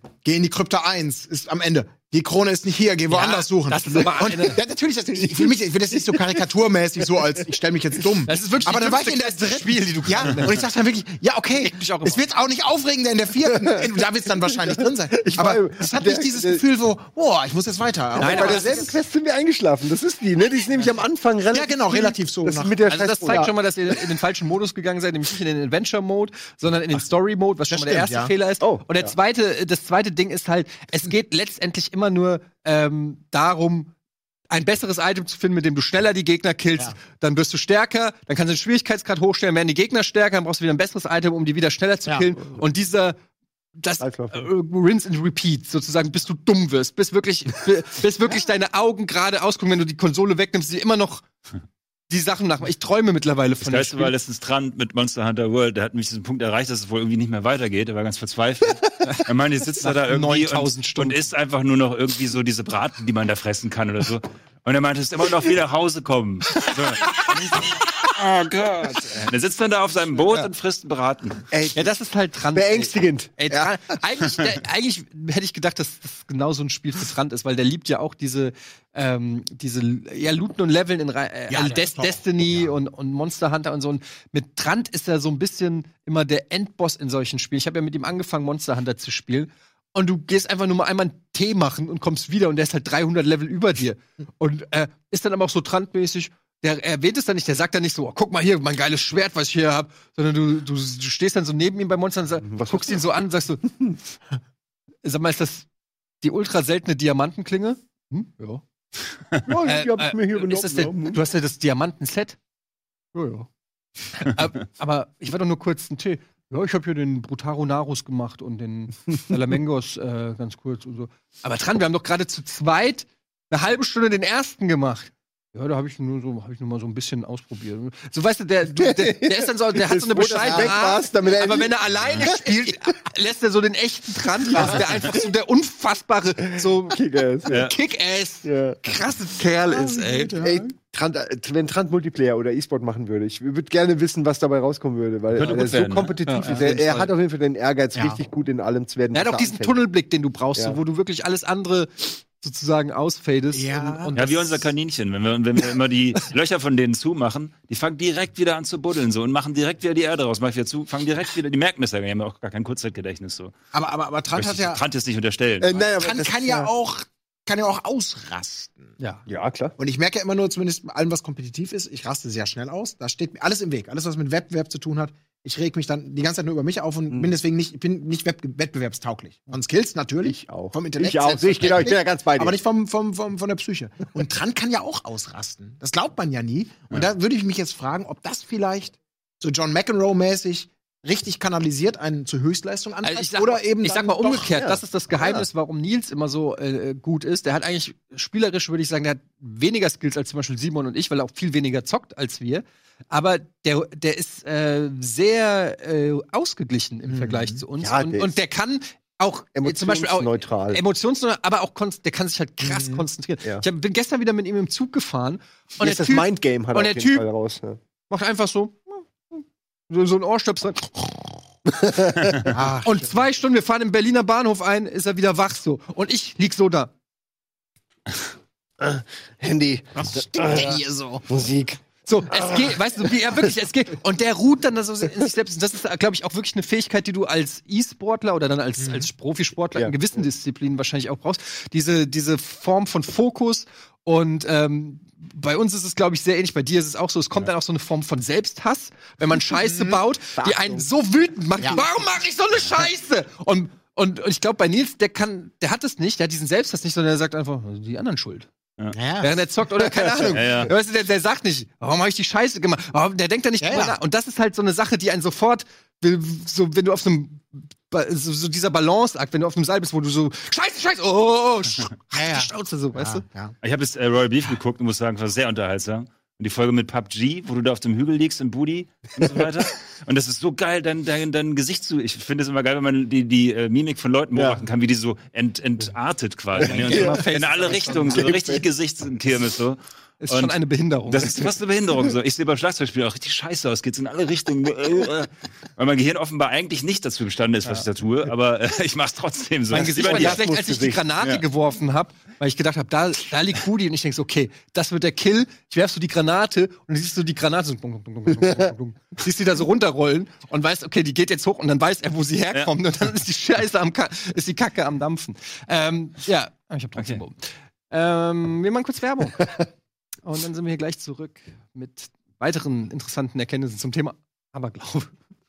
S4: Geh in die Krypta eins, ist am Ende. Die Krone ist nicht hier, geh woanders suchen.
S1: Das ist aber
S4: und, ja, natürlich, das, ich will mich, ich will das nicht so karikaturmäßig so als, ich stelle mich jetzt dumm.
S1: Das ist wirklich
S4: aber
S1: die
S4: dann war ich in der
S1: fünfte
S4: dritten
S1: Spiel, die du
S4: ja, und ich dachte dann wirklich, ja, okay,
S1: mich auch
S4: es wird auch nicht aufregender in der vierten. Da wird es dann wahrscheinlich drin sein.
S2: Ich
S4: aber
S2: war-
S4: es hat
S2: der-
S4: nicht dieses
S2: der-
S4: Gefühl so, boah, ich muss jetzt weiter.
S2: Nein,
S1: Nein,
S2: bei
S1: aber
S2: derselben
S1: das ist-
S2: Quest sind wir eingeschlafen. Das ist die, ne? Die ist nämlich am Anfang relativ.
S4: Ja, genau, relativ so
S2: Das
S4: nach-
S2: ist mit der
S1: Also das
S2: Scheiß-
S1: zeigt
S2: ja.
S1: schon mal, dass ihr in den falschen Modus gegangen seid, nämlich nicht in den Adventure-Mode, sondern in den Story-Mode, was schon
S4: das
S1: mal der
S4: stimmt,
S1: erste
S4: ja.
S1: Fehler ist.
S2: Oh,
S1: und der
S2: ja.
S1: zweite, das zweite Ding ist halt, es geht letztendlich immer nur ähm, darum, ein besseres Item zu finden, mit dem du schneller die Gegner killst,
S4: Ja.
S1: dann wirst du stärker, dann kannst du den Schwierigkeitsgrad hochstellen, werden die Gegner stärker, dann brauchst du wieder ein besseres Item, um die wieder schneller zu
S4: Ja.
S1: killen. Und dieser das äh,
S2: Kreislauf.
S1: Rinse and Repeat, sozusagen, bis du dumm wirst, bis wirklich, bi- bis wirklich deine Augen gerade ausgucken, wenn du die Konsole wegnimmst, die immer noch die Sachen nachmachen. Ich träume mittlerweile
S3: Das
S1: von dem
S3: Geilste war
S1: Spiel.
S3: letztens dran mit Monster Hunter World. Der hat mich diesen Punkt erreicht, dass es wohl irgendwie nicht mehr weitergeht. Er war ganz verzweifelt. Er meinte, jetzt sitzt er da irgendwie
S1: neuntausend
S3: und,
S1: Stunden.
S3: und isst einfach nur noch irgendwie so diese Braten, die man da fressen kann oder so. Und er meinte, es ist immer noch wieder nach Hause kommen. So. Und ich so, oh Gott. Der sitzt dann da auf seinem Boot und frisst einen Braten.
S2: Ey,
S1: Ja, das ist halt dran.
S2: beängstigend.
S1: Ey, Tran- eigentlich, der, eigentlich hätte ich gedacht, dass das genau so ein Spiel für Trant ist, weil der liebt ja auch diese, ähm, diese ja, Looten und Leveln in Re äh,
S4: Ja,
S1: also
S4: der
S1: Des
S4: ist auch-
S1: Destiny
S4: ja.
S1: und, und Monster Hunter und so. Und mit Trant ist er so ein bisschen immer der Endboss in solchen Spielen. Ich habe ja mit ihm angefangen, Monster Hunter zu spielen. Und du gehst einfach nur mal einmal einen Tee machen und kommst wieder und der ist halt dreihundert Level über dir. Und äh, ist dann aber auch so Trant-mäßig. Der erwähnt es dann nicht, der sagt dann nicht so, oh, guck mal hier, mein geiles Schwert, was ich hier hab, sondern du, du, du stehst dann so neben ihm bei Monster und sag,
S2: Was
S1: guckst ihn so an und sagst so, hm, sag mal, ist das die ultra seltene Diamantenklinge? Hm? Ja.
S2: Ja, die hab ich mir hier
S1: ist das
S2: genommen.
S1: denn, du hast ja das Diamantenset? Ja, ja. aber, aber ich war doch nur kurz ein Tee. Ja, ich habe hier den Brutaro Narus gemacht und den Salamengos äh, ganz kurz und so. Aber dran, wir haben doch gerade zu zweit eine halbe Stunde den ersten gemacht. Ja, da habe ich nur so, habe ich nur mal so ein bisschen ausprobiert. So, weißt du, der, du, der, der ist dann so, der hat so eine
S2: Ist froh, dass du weg
S1: bescheidene Art,
S2: warst, damit er
S1: aber
S2: endlich-
S1: wenn er alleine spielt, lässt er so den echten Trant raus, der einfach so der unfassbare, so
S2: Kick-Ass, ja.
S1: Kick-Ass,
S2: Ja.
S1: krasse Kerl ist, ey.
S2: Ey, Trant, äh, wenn Trant Multiplayer oder E-Sport machen würde, ich würde gerne wissen, was dabei rauskommen würde, weil
S3: Könnte
S2: er
S3: gut
S2: so
S3: werden, ne?
S2: kompetitiv
S1: Ja,
S2: ist.
S1: auf
S2: Er,
S1: jeden
S2: er
S1: Fall.
S2: hat auf jeden Fall den Ehrgeiz,
S4: Ja.
S2: richtig gut in allem zu werden.
S1: Er hat
S2: was
S1: auch diesen
S2: anfängt.
S1: Tunnelblick, den du brauchst,
S2: Ja.
S1: so, wo du wirklich alles andere sozusagen ausfadest.
S4: Ja.
S1: und, und
S3: Ja,
S1: das-
S3: wie unser Kaninchen. Wenn wir, wenn wir immer die Löcher von denen zumachen, die fangen direkt wieder an zu buddeln so und machen direkt wieder die Erde raus. Mach ich wieder zu, fangen direkt wieder, die merken das ja, die haben ja auch gar kein Kurzzeitgedächtnis so.
S4: Aber, aber, aber Trant hat ja,
S3: Trant jetzt nicht unterstellen.
S2: Äh, nein, aber
S4: Trant
S2: das
S4: kann
S2: ist
S4: ja auch, kann ja auch ausrasten.
S1: Ja.
S2: Ja, klar.
S4: Und ich merke ja immer nur, zumindest bei allem, was kompetitiv ist, ich raste sehr schnell aus. Da steht mir alles im Weg. Alles, was mit Wettbewerb zu tun hat. Ich reg mich dann die ganze Zeit nur über mich auf und
S2: Mhm.
S4: bin deswegen nicht, ich bin nicht web wettbewerbstauglich. Von Skills natürlich.
S2: Ich auch.
S4: Vom Intellekt.
S2: Ich auch. Sehe ich, genau, ich bin ja ganz bei dir.
S4: Aber nicht vom, vom, vom, von der Psyche. Und Trant kann ja auch ausrasten. Das glaubt man ja nie. Und da würde ich mich jetzt fragen, ob das vielleicht so John McEnroe-mäßig richtig kanalisiert einen zur Höchstleistung antreibt.
S1: Also ich sag,
S4: oder eben
S1: ich sag
S4: dann
S1: mal
S4: doch-
S1: umgekehrt,
S2: ja.
S1: das ist das Geheimnis, warum Nils immer so äh, gut ist. Der hat eigentlich, spielerisch würde ich sagen, der hat weniger Skills als zum Beispiel Simon und ich, weil er auch viel weniger zockt als wir. Aber der, der ist äh, sehr äh, ausgeglichen im
S4: Mhm.
S1: Vergleich zu uns.
S2: Ja,
S1: und,
S2: der
S1: und
S2: ist
S1: der kann auch äh, zum Beispiel auch
S2: emotionsneutral.
S1: emotionsneutral, aber auch konst- der kann sich halt krass
S4: Mhm.
S1: konzentrieren.
S2: Ja.
S1: Ich hab, bin gestern wieder mit ihm im Zug gefahren und
S2: Jetzt
S1: der
S2: das
S1: Typ
S2: Mindgame hat
S1: und
S2: er
S1: der
S2: auf jeden
S1: Typ-
S2: Fall raus. Ja.
S1: macht einfach so so, so ein Ohrstöpsel.
S4: Ah,
S1: Und zwei Stunden, wir fahren im Berliner Bahnhof ein, ist er wieder wach so. Und ich lieg so da.
S2: Handy,
S4: was stimmt denn hier so?
S2: Musik.
S1: So, es geht, weißt du, wie er wirklich, es geht. Und der ruht dann da so in sich selbst. Und das ist, glaube ich, auch wirklich eine Fähigkeit, die du als E-Sportler oder dann als,
S4: Mhm.
S1: als Profisportler
S2: Ja.
S1: in gewissen Disziplinen wahrscheinlich auch brauchst. Diese, diese Form von Fokus. Und ähm, bei uns ist es, glaube ich, sehr ähnlich. Bei dir ist es auch so. Es kommt dann auch so eine Form von Selbsthass, wenn man Scheiße baut, die einen so wütend macht.
S4: Ja.
S1: Warum mache ich so eine Scheiße? Und, und, und ich glaube, bei Nils, der kann, der hat es nicht, der hat diesen Selbsthass nicht, sondern der sagt einfach, die anderen schuld.
S4: Ja.
S1: Während er zockt oder keine Ahnung.
S3: Ja, ja.
S1: Weißt du, der, der sagt nicht, warum habe ich die Scheiße gemacht? Warum, der denkt da nicht
S4: Ja,
S1: drüber
S4: ja.
S1: nach. Und das ist halt so eine Sache, die einen sofort, so, wenn du auf so einem, so, so dieser Balanceakt, wenn du auf einem Seil bist, wo du so, Scheiße, Scheiße, oh, oh, sch
S4: Ja, ja.
S1: die Schnauze so, weißt du?
S4: Ja.
S3: Ich habe jetzt äh, Royal Beef geguckt und muss sagen, es war sehr unterhaltsam. Und die Folge mit P U B G, wo du da auf dem Hügel liegst im Booty und so weiter. Und das ist so geil, dein, dein, dein Gesicht zu. Ich finde es immer geil, wenn man die, die äh, Mimik von Leuten
S2: Ja.
S3: beobachten kann, wie die so ent, entartet quasi. Ne? Und
S1: Ja.
S3: so in alle Richtungen, so richtig Gesichtskirmes so.
S1: ist
S3: Und
S1: schon eine Behinderung.
S3: Das ist fast eine Behinderung. So. Ich sehe beim Schlagzeugspiel auch richtig scheiße aus. Geht's in alle Richtungen. Weil mein Gehirn offenbar eigentlich nicht dazu imstande ist, was ich da tue. Aber äh, ich mach's trotzdem so.
S1: Mein
S3: Das ist
S1: Gesicht
S3: über
S1: war
S3: die-
S1: nicht schlecht, als ich die Granate
S3: Ja.
S1: geworfen habe, weil ich gedacht habe, da, da liegt Woody und ich denke so, okay, das wird der Kill. Ich werf so die Granate und dann siehst du die Granate so blum, blum, blum, blum, blum, blum. Siehst die da so runterrollen und weißt, okay, die geht jetzt hoch und dann weiß er, wo sie herkommt und dann ist die Scheiße am Ka ist die Kacke am Dampfen. Ähm, ja, aber ich habe trotzdem
S3: Okay.
S1: okay. ähm, Wir machen kurz Werbung. Und dann sind wir hier gleich zurück mit weiteren interessanten Erkenntnissen zum Thema Aberglaube.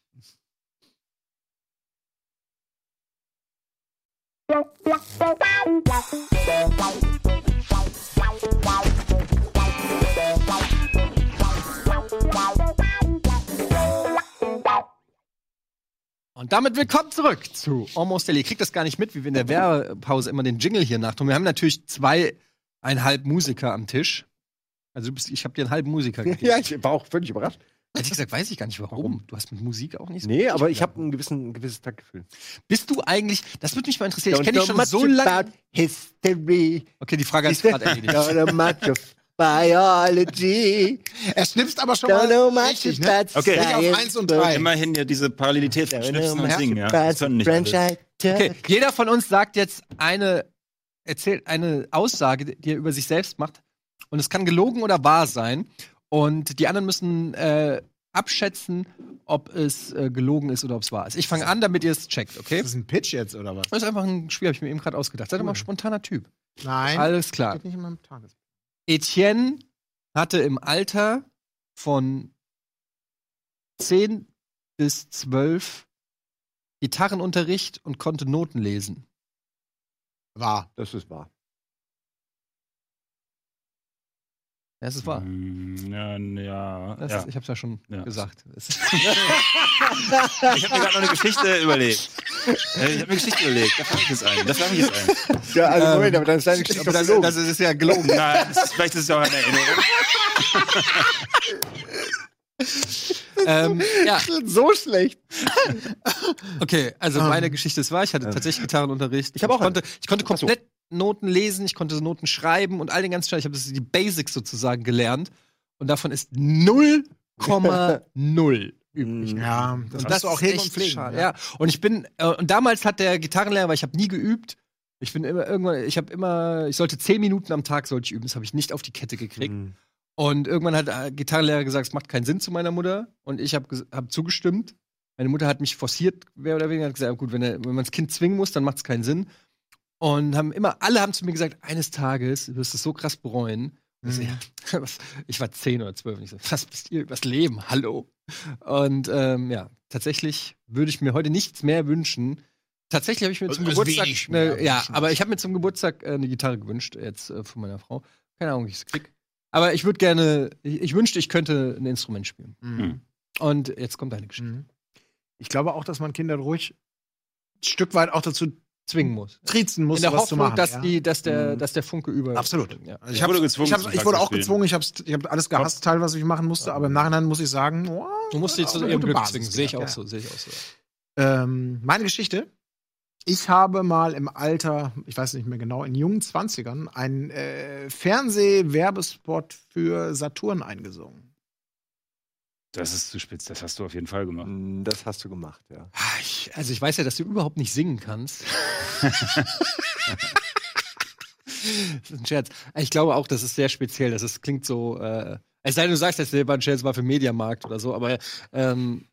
S1: Und damit willkommen zurück zu Almost Daily. Ihr kriegt das gar nicht mit, wie wir in der Werbepause immer den Jingle hier nachtun. Wir haben natürlich zweieinhalb Musiker am Tisch. Also du bist, ich habe dir einen halben Musiker gegeben.
S2: Ja, ich war auch völlig überrascht.
S1: Ehrlich gesagt, weiß ich gar nicht warum. Du hast mit Musik auch nicht so.
S2: Nee, aber ich habe ein, gewissen, ein gewisses Taktgefühl.
S1: Bist du eigentlich, das würde mich mal interessieren, ich
S2: Don't
S1: kenne dich
S2: know
S1: schon
S2: much
S1: so lange.
S2: about history.
S1: Okay, die Frage hast du gerade erledigt.
S2: Don't know much of biology.
S4: Er schnipst aber schon
S2: Don't know
S4: mal
S2: much
S4: richtig, ne?
S2: about
S3: Okay.
S4: Nicht auf eins und drei.
S3: Immerhin ja diese Parallelität von
S2: Don't
S3: Schnipsen
S2: know
S3: und
S2: much
S3: Singen. Ja.
S2: about
S3: Das können nicht alle.
S2: French
S1: Okay, jeder von uns sagt jetzt eine, erzählt eine Aussage, die er über sich selbst macht. Und es kann gelogen oder wahr sein. Und die anderen müssen äh, abschätzen, ob es äh, gelogen ist oder ob es wahr ist. Ich fange an, damit ihr es checkt, okay?
S4: Ist das ein Pitch jetzt oder was?
S1: Das ist einfach ein Spiel, habe ich mir eben gerade ausgedacht. Seid doch mal ein spontaner Typ.
S4: Nein.
S1: Alles klar.
S4: Steht nicht in meinem Tages.
S1: Etienne hatte im Alter von zehn bis zwölf Gitarrenunterricht und konnte Noten lesen.
S4: War.
S2: Das ist wahr.
S1: Ja, es ist wahr.
S3: Mm, Ja, ja.
S1: Das
S3: ja.
S1: ist, ich hab's ja schon
S3: Ja.
S1: gesagt. Es ist-
S3: Ich habe mir gerade noch eine Geschichte überlegt. Äh, Ich habe mir eine Geschichte überlegt. Da fange ich jetzt ein. Da fange ich jetzt ein.
S2: Ja, also
S1: Ähm,
S2: Moment, aber dann ist deine Geschichte
S1: Aber
S2: doch
S1: das,
S2: gelogen.
S1: das ist ja gelogen.
S3: Nein, das ist, vielleicht ist es ja auch eine Erinnerung.
S1: ähm, ja,
S2: so schlecht.
S1: okay, also
S4: Ähm.
S1: meine Geschichte ist wahr. Ich hatte tatsächlich Gitarrenunterricht.
S2: Ich hab auch
S1: ich konnte, ich konnte komplett Noten lesen, ich konnte Noten schreiben und all den ganzen Scheiß. Ich habe die Basics sozusagen gelernt. Und davon ist null Komma null übrig.
S4: Ja, das
S1: Und
S4: musst du auch hegen
S1: echt
S4: und pflegen.
S1: schade. Ja. Und ich bin, äh, und damals hat der Gitarrenlehrer, weil ich habe nie geübt. Ich bin immer irgendwann, ich habe immer, ich sollte zehn Minuten am Tag sollte ich üben. Das habe ich nicht auf die Kette gekriegt.
S2: Mhm.
S1: Und irgendwann hat der Gitarrenlehrer gesagt, es macht keinen Sinn zu meiner Mutter. Und ich habe hab zugestimmt. Meine Mutter hat mich forciert, mehr oder weniger, hat gesagt, gut, wenn, er, wenn man das Kind zwingen muss, dann macht es keinen Sinn. Und haben immer, alle haben zu mir gesagt, eines Tages wirst du es so krass bereuen.
S4: Mhm.
S1: Ich, so, ja, was, ich war zehn oder zwölf und ich so, was bist ihr übers Leben? Hallo. Und ähm, ja, tatsächlich würde ich mir heute nichts mehr wünschen. Tatsächlich habe ich mir zum
S4: Also
S1: Geburtstag,
S4: wenig mehr
S1: ne, ja,
S4: wünschen.
S1: aber ich habe mir zum Geburtstag äh, eine Gitarre gewünscht, jetzt äh, von meiner Frau. Keine Ahnung, wie ich es krieg. Aber ich würde gerne, ich, ich wünschte, ich könnte ein Instrument spielen.
S4: Mhm.
S1: Und jetzt kommt deine Geschichte.
S4: Mhm. Ich glaube auch, dass man Kinder ruhig ein Stück weit auch dazu
S1: Zwingen muss.
S4: triezen muss,
S1: In der
S4: was zu
S1: Hoffnung,
S4: machen.
S1: dass,
S4: ja.
S1: die, dass, der,
S2: Mhm.
S1: dass der Funke über.
S4: Absolut.
S1: Ja.
S4: Also
S3: Ich
S4: ich,
S3: wurde
S4: hab,
S3: gezwungen,
S4: ich, hab,
S3: zum
S4: ich wurde auch
S3: Schlagzeug
S4: gezwungen, ich habe ich hab alles gehasst, teilweise, was ich machen musste, aber im Nachhinein muss ich sagen, oh,
S1: Du musst dich
S4: auch
S1: zu
S4: eine
S1: ihrem
S4: gute
S1: Glück
S4: Basis
S1: zwingen. Sehe ich auch
S4: gehabt,
S1: so, sehe ich auch so.
S4: ja. Ähm, meine Geschichte. Ich habe mal im Alter, ich weiß nicht mehr genau, in jungen Zwanzigern einen äh, Fernseh-Werbespot für Saturn eingesungen.
S3: Das ist zu spitz. Das hast du auf jeden Fall gemacht.
S2: Mm, Das hast du gemacht, ja.
S1: Ah, ich, also ich weiß ja, dass du überhaupt nicht singen kannst. Das ist ein Scherz. Ich glaube auch, das ist sehr speziell. Das ist, klingt so. Äh, es sei denn, du sagst, das war ein Scherz, war für Mediamarkt oder so, aber ähm,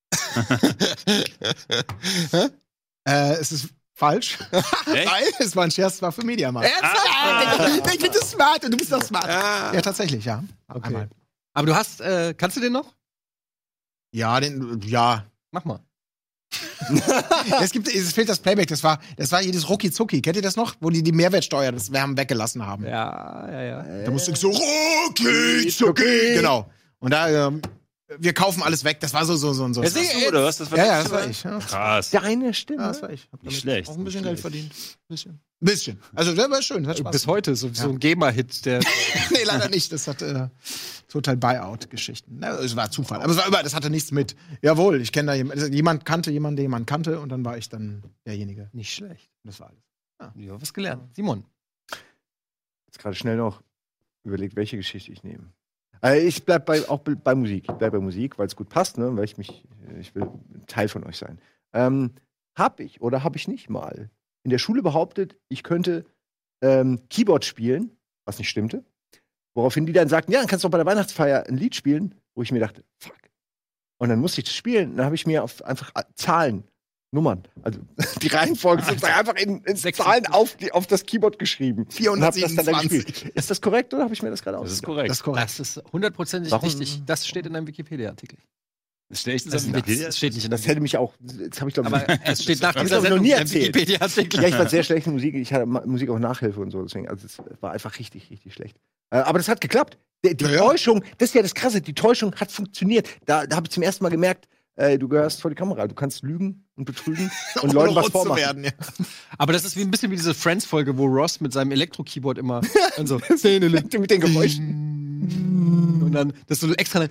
S4: Äh, es ist falsch.
S3: Echt?
S4: Weil es war ein Scherz, es war für Mediamarkt.
S3: Ah.
S4: Ich bin so smart und du bist doch smart. Ja, tatsächlich, ja.
S1: Okay.
S4: Einmal.
S1: aber du hast, äh, kannst du den noch?
S4: Ja, den, ja.
S1: Mach mal.
S4: Es gibt, es fehlt das Playback. Das war, das war jedes Rucki Zucki. Kennt ihr das noch? Wo die die Mehrwertsteuer, das wir haben weggelassen haben.
S1: Ja, ja, ja.
S4: Da musste ich so Rucki Zucki. Genau. Und da, ähm, wir kaufen alles weg. Das war so, so, so, so.
S1: Ja,
S3: Das hast du, oder was? Das war
S4: Ja, ja, das war ich. Ja.
S3: Krass.
S2: Deine Stimme.
S4: Ja, das war ich. Hab
S3: Nicht
S4: damit
S3: schlecht,
S4: Auch ein bisschen
S3: nicht
S4: Geld
S3: schlecht.
S4: verdient. Bisschen. Bisschen. Also, das war schön. Das hat Spaß
S1: Bis heute so, so ein GEMA-Hit, der.
S4: nee, leider nicht. Das hat äh, total Buyout-Geschichten. Na, es war Zufall. Aber es war immer, das hatte nichts mit. Jawohl, ich kenne da jemanden. Also jemand kannte jemanden, der jemanden kannte, und dann war ich dann derjenige.
S1: Nicht schlecht.
S4: Das war alles.
S1: Ja, was gelernt. Simon.
S2: Jetzt gerade schnell noch. überlegt, welche Geschichte ich nehme. Also ich bleib bei, auch bei Musik. Ich bleib bei Musik, weil es gut passt, ne? Weil ich mich, ich will Teil von euch sein. Ähm, hab ich oder habe ich nicht mal in der Schule behauptet, ich könnte ähm, Keyboard spielen, was nicht stimmte. Woraufhin die dann sagten, ja, dann kannst du doch bei der Weihnachtsfeier ein Lied spielen, wo ich mir dachte, fuck. Und dann musste ich das spielen. Dann habe ich mir auf einfach Zahlen, Nummern, also die Reihenfolge sozusagen einfach in, in Zahlen auf, die, auf das Keyboard geschrieben.
S4: vierhundertsiebenundzwanzig.
S2: Ist das korrekt oder habe ich mir das gerade
S3: Das ist
S2: ausgedacht?
S3: korrekt.
S4: Das ist korrekt.
S1: Das ist hundertprozentig
S2: Warum?
S1: richtig. Das steht in einem Wikipedia-Artikel.
S3: Das steht echt in
S1: Das,
S3: seinem
S1: das,
S3: Wikipedia.
S1: das steht nicht in
S2: Das hätte mich auch, das habe ich glaube
S1: Aber es steht nach
S2: Hab ich
S1: dieser
S2: doch noch
S1: Sendung
S2: nie
S1: in einem
S2: erzählt.
S1: Wikipedia-Artikel.
S2: Ja, ich war sehr schlecht in Musik. Ich hatte Ma- Musik auch Nachhilfe und so. Deswegen, also es war einfach richtig, richtig schlecht. Äh, aber das hat geklappt. Die, die
S4: Ja, ja.
S2: Täuschung, das ist ja das Krasse, die Täuschung hat funktioniert. Da, da habe ich zum ersten Mal gemerkt, äh, du gehörst vor die Kamera. Du kannst lügen und betrügen und
S4: Ohne
S2: Leuten was
S4: rot zu
S2: vormachen.
S4: werden, ja.
S1: Aber das ist wie ein bisschen wie diese Friends-Folge, wo Ross mit seinem Elektro-Keyboard immer dann so
S2: mit, mit den Geräuschen.
S1: und dann das so extra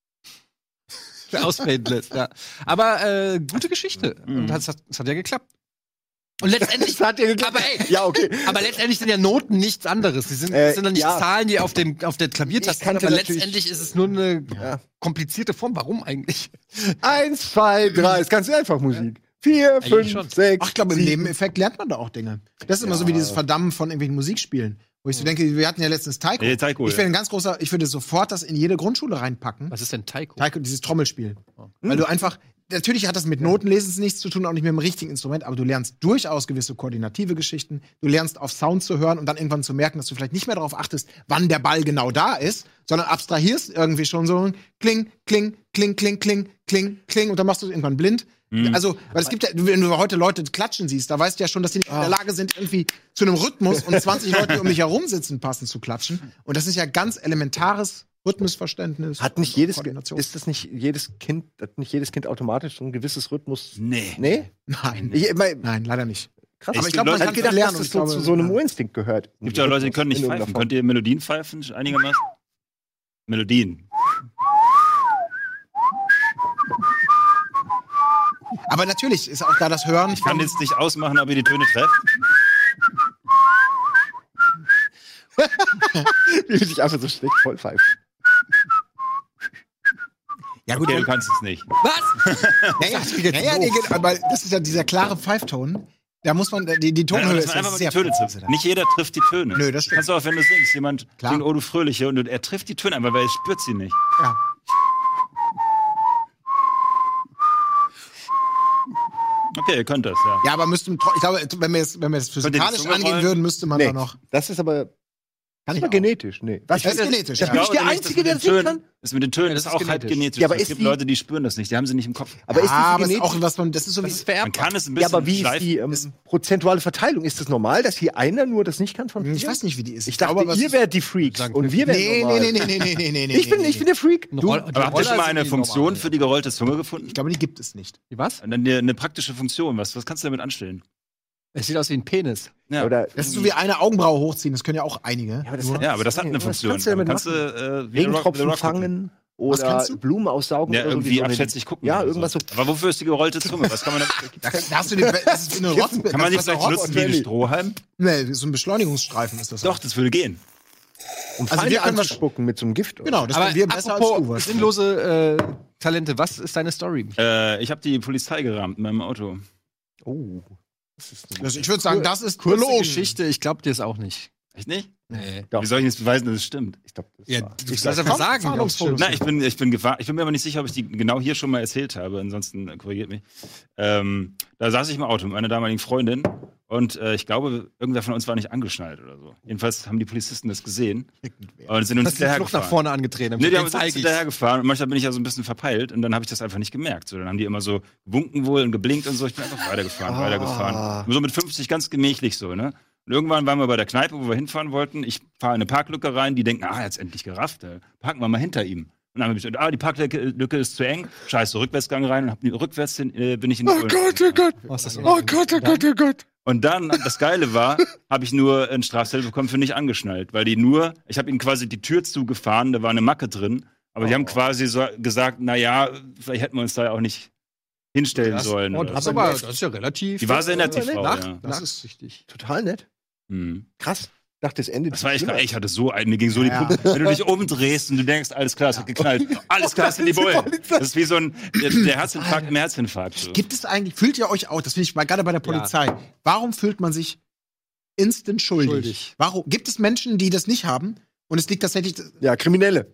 S1: ausfaden lässt. Ja. Aber äh, gute Geschichte. Und das hat, das hat ja geklappt. Und letztendlich
S2: Das hat ja geklappt.
S1: Aber ey,
S2: Ja, okay.
S1: aber letztendlich sind ja Noten nichts anderes. Sie sind,
S2: Äh,
S1: das sind dann nicht
S2: ja.
S1: Zahlen, die auf, dem, auf der Klaviertaste
S2: Ich kannte
S1: sind, aber
S2: natürlich-
S1: letztendlich ist es nur eine
S2: Ja.
S1: komplizierte Form. Warum eigentlich?
S2: Eins, zwei, drei. Ist ganz einfach Musik. Vier,
S1: Eigentlich
S2: fünf,
S1: schon.
S2: sechs.
S4: Ach, ich glaube, im
S2: sieben.
S4: Nebeneffekt lernt man da auch Dinge. Das ist immer so wie dieses Verdammen von irgendwelchen Musikspielen. Wo ich so denke, wir hatten ja letztens Taiko.
S3: Ja, Taiko,
S4: ich
S3: ja.
S4: wäre ein ganz großer, ich würde sofort das in jede Grundschule reinpacken.
S1: Was ist denn Taiko?
S4: Taiko, dieses Trommelspiel.
S1: Oh.
S4: Weil du einfach, natürlich hat das mit Notenlesens nichts zu tun, auch nicht mit dem richtigen Instrument, aber du lernst durchaus gewisse koordinative Geschichten. Du lernst auf Sound zu hören und dann irgendwann zu merken, dass du vielleicht nicht mehr darauf achtest, wann der Ball genau da ist, sondern abstrahierst irgendwie schon so ein Kling, Kling, Kling, Kling, Kling, Kling, Kling und dann machst du es irgendwann blind. Also, weil es gibt ja, wenn du heute Leute klatschen siehst, da weißt du ja schon, dass die nicht in der Lage sind, irgendwie zu einem Rhythmus und zwanzig Leute, die um dich herum sitzen, passend zu klatschen. Und das ist ja ganz elementares Rhythmusverständnis.
S2: Hat nicht jedes,
S4: Koordination.
S2: ist das nicht jedes Kind, hat nicht jedes Kind automatisch so ein gewisses Rhythmus?
S3: Nee.
S2: Nee?
S4: Nein.
S2: Ich, ich mein,
S4: Nein, leider nicht.
S2: krass.
S3: Es
S4: Aber ich
S3: gibt
S4: glaube, man
S3: Leute,
S4: kann
S2: Ich gedacht,
S4: lernen.
S2: dass
S4: und
S2: das
S4: ich
S2: so,
S4: glaube,
S2: zu so einem
S4: ja.
S2: Urinstinkt gehört.
S3: Gibt ja Leute, die können nicht
S2: In irgendeiner
S3: pfeifen.
S2: Form.
S3: Könnt ihr Melodien pfeifen? Einigermaßen? Melodien.
S4: Aber natürlich ist auch da das Hören.
S3: Ich kann jetzt nicht ausmachen, ob ihr die Töne trefft.
S2: Wie will ich einfach so schlecht vollpfeifen.
S4: Ja, gut,
S3: Okay, du
S4: und-
S3: kannst es nicht.
S1: Was?
S4: ja, ja, ja, ja, nee, geht- aber das ist ja dieser klare Pfeifton. Da muss man, die, die
S3: Nein,
S4: Tonhöhe
S3: aber
S4: ist
S3: dass
S4: ja
S3: man einfach mal
S4: sehr
S3: die Töne
S4: präzise
S3: trifft.
S4: da.
S3: Nicht jeder trifft die Töne.
S4: Nö, das stimmt.
S3: Kannst du auch, wenn du singst, jemand
S4: Klar.
S3: singt, oh du Fröhliche, und er trifft die Töne einfach, weil er spürt sie nicht.
S4: Ja.
S3: Okay, ihr könnt das, ja.
S4: Ja, aber müssten, ich glaube, wenn wir es, wenn wir es
S3: Könnt ihr die
S4: physikalisch
S3: Zunge
S4: angehen
S3: rollen?
S4: würden, müsste man
S2: Nee,
S4: da noch.
S2: das ist aber,
S4: Kann
S2: das
S4: ich
S2: ist aber
S4: auch.
S2: genetisch. Nee. Was
S4: Das ist genetisch,
S2: Das
S4: ja.
S2: bin ich der
S3: glaube nicht,
S2: Einzige,
S3: dass
S2: der
S3: mit
S2: das
S3: den
S2: singen
S3: Tönen-
S2: kann?
S3: Das mit den Tönen
S1: Ja,
S3: ist
S1: das ist
S3: auch halb
S1: genetisch.
S3: genetisch.
S2: Ja, aber
S3: es
S2: ist
S3: gibt
S2: die-
S3: Leute, die spüren das nicht, die haben sie nicht im Kopf.
S2: Aber ist
S4: Ah,
S2: das
S4: aber es ist
S2: genetisch?
S4: auch was man, das ist so wie,
S1: Das ist vererbbar.
S3: Man kann es ein
S2: Ja,
S3: bisschen
S2: aber wie ist
S3: schleifen.
S2: die ähm, prozentuale Verteilung? Ist das normal, dass hier einer nur das nicht kann von
S4: ich
S2: vier?
S4: weiß nicht, wie die ist.
S2: Ich dachte,
S4: glaube, aber es
S2: ihr
S4: ist-
S2: wärt die Freaks
S1: sagen,
S2: und wir wären
S4: Nee,
S2: normal.
S4: nee, nee, nee, nee, nee, nee, nee.
S2: Ich bin, ich bin der Freak.
S1: Eine
S2: Du,
S1: Roll-
S3: Aber habt ihr schon mal eine Funktion für die gerollte Zunge gefunden?
S4: Ich glaube, die gibt es nicht.
S1: Die was?
S3: Und dann eine, eine praktische Funktion. Was, was kannst du damit anstellen?
S1: Es sieht aus wie ein Penis.
S3: Ja.
S2: oder
S4: Das ist so wie eine Augenbraue hochziehen, das können ja auch einige.
S2: Ja, aber das
S4: Nur-
S2: hat-
S3: Ja, aber das hat eine
S2: Was
S3: Funktion.
S2: kannst du damit
S3: kannst du äh, wie The Rock- The
S2: Regentropfen
S3: Rock gucken.
S2: fangen
S4: Was
S2: oder
S4: kannst du?
S2: Blumen aussaugen
S3: Ja,
S2: oder so,
S3: irgendwie
S2: wie so eine-
S3: abschätzig gucken.
S2: Ja,
S3: oder
S2: irgendwas so.
S3: Aber wofür ist die gerollte Zunge? Was kann man da,
S4: Da, da hast du den, das ist wie eine Rotz,
S3: kann man nicht
S4: das ist
S3: vielleicht nutzen wie ein
S2: Rotz-
S3: Strohhalm?
S4: Nee, so ein Beschleunigungsstreifen ist das.
S3: Doch, das würde gehen.
S2: Um
S4: Also
S2: Feinde
S4: wir können was-
S2: anzuspucken mit so einem Gift. oder?
S4: Genau, das
S1: Aber
S4: können wir besser als du.
S1: apropos
S4: was.
S1: sinnlose äh, Talente, was ist deine Story?
S3: Äh, ich habe die Polizei gerammt in meinem Auto.
S2: Oh. Das ist eine
S4: Also ich würde sagen, das ist
S1: Kurze
S4: gelogen.
S1: Geschichte, ich glaub dir es auch nicht.
S3: Echt nicht?
S1: Nee.
S2: Doch.
S3: Wie soll ich jetzt beweisen, dass es stimmt?
S2: Ich glaube, das
S1: Ja,
S2: war-
S1: du
S2: ich
S1: sollst
S2: sag-
S1: einfach sagen,
S4: Fahndungsfotos.
S1: glaubst
S3: Nein, ich bin, ich bin gefahren. Ich bin mir aber nicht sicher, ob ich die genau hier schon mal erzählt habe. Ansonsten äh, korrigiert mich. Ähm, da saß ich im Auto mit meiner damaligen Freundin und äh, ich glaube, irgendwer von uns war nicht angeschnallt oder so. Jedenfalls haben die Polizisten das gesehen und sind uns
S1: du. Hast die Flucht nach
S3: hinterhergefahren.
S1: vorne angetreten.
S3: Nee, die haben
S1: Den
S3: uns
S1: zeig ich's.
S3: hinterhergefahren und manchmal bin ich ja so ein bisschen verpeilt und dann habe ich das einfach nicht gemerkt. So, dann haben die immer so gewunken wohl und geblinkt und so. Ich bin einfach weitergefahren,
S2: Ah.
S3: weitergefahren. So mit fünfzig ganz gemächlich so, ne? Und irgendwann waren wir bei der Kneipe, wo wir hinfahren wollten. Ich fahre in eine Parklücke rein, die denken, ah, er hat's endlich gerafft. Äh, parken wir mal hinter ihm. Und dann habe ich gesagt, ah, die Parklücke Lücke ist zu eng. Scheiße, Rückwärtsgang rein und hab, rückwärts hin, äh, bin ich in die
S2: Oh Gott, oh Gott.
S1: Was ist das?
S2: Oh Gott, oh Gott, oh Gott.
S3: Und dann, das Geile war, habe ich nur einen Strafzettel bekommen für nicht angeschnallt. Weil die nur, ich habe ihnen quasi die Tür zugefahren, da war eine Macke drin. Aber die haben quasi so gesagt, na ja, vielleicht hätten wir uns da ja auch nicht hinstellen
S1: Das-
S3: sollen.
S1: Oh,
S3: oder
S1: das,
S3: so.
S1: ist aber, das ist ja relativ.
S3: Die war sehr nett, die
S2: nett.
S3: Frau,
S1: nach,
S3: ja.
S1: nachsichtig.
S2: Total nett.
S3: Hm.
S2: Krass. dachte, es endet.
S3: Das war echt,
S2: schlimmer.
S3: ich hatte so einen, mir ging so
S4: Ja.
S3: die Puppe. Wenn du dich umdrehst und du denkst, alles klar, es hat geknallt. Alles klar, es sind die Bullen. Das ist wie so ein, der, der Herzinfarkt im Herzinfarkt. So.
S4: Gibt es eigentlich, fühlt ihr euch auch, das finde ich mal gerade bei der Polizei, warum fühlt man sich instant schuldig?
S1: Schuldig.
S4: Warum? Gibt es Menschen, die das nicht haben? Und es liegt tatsächlich.
S2: Ja, Kriminelle.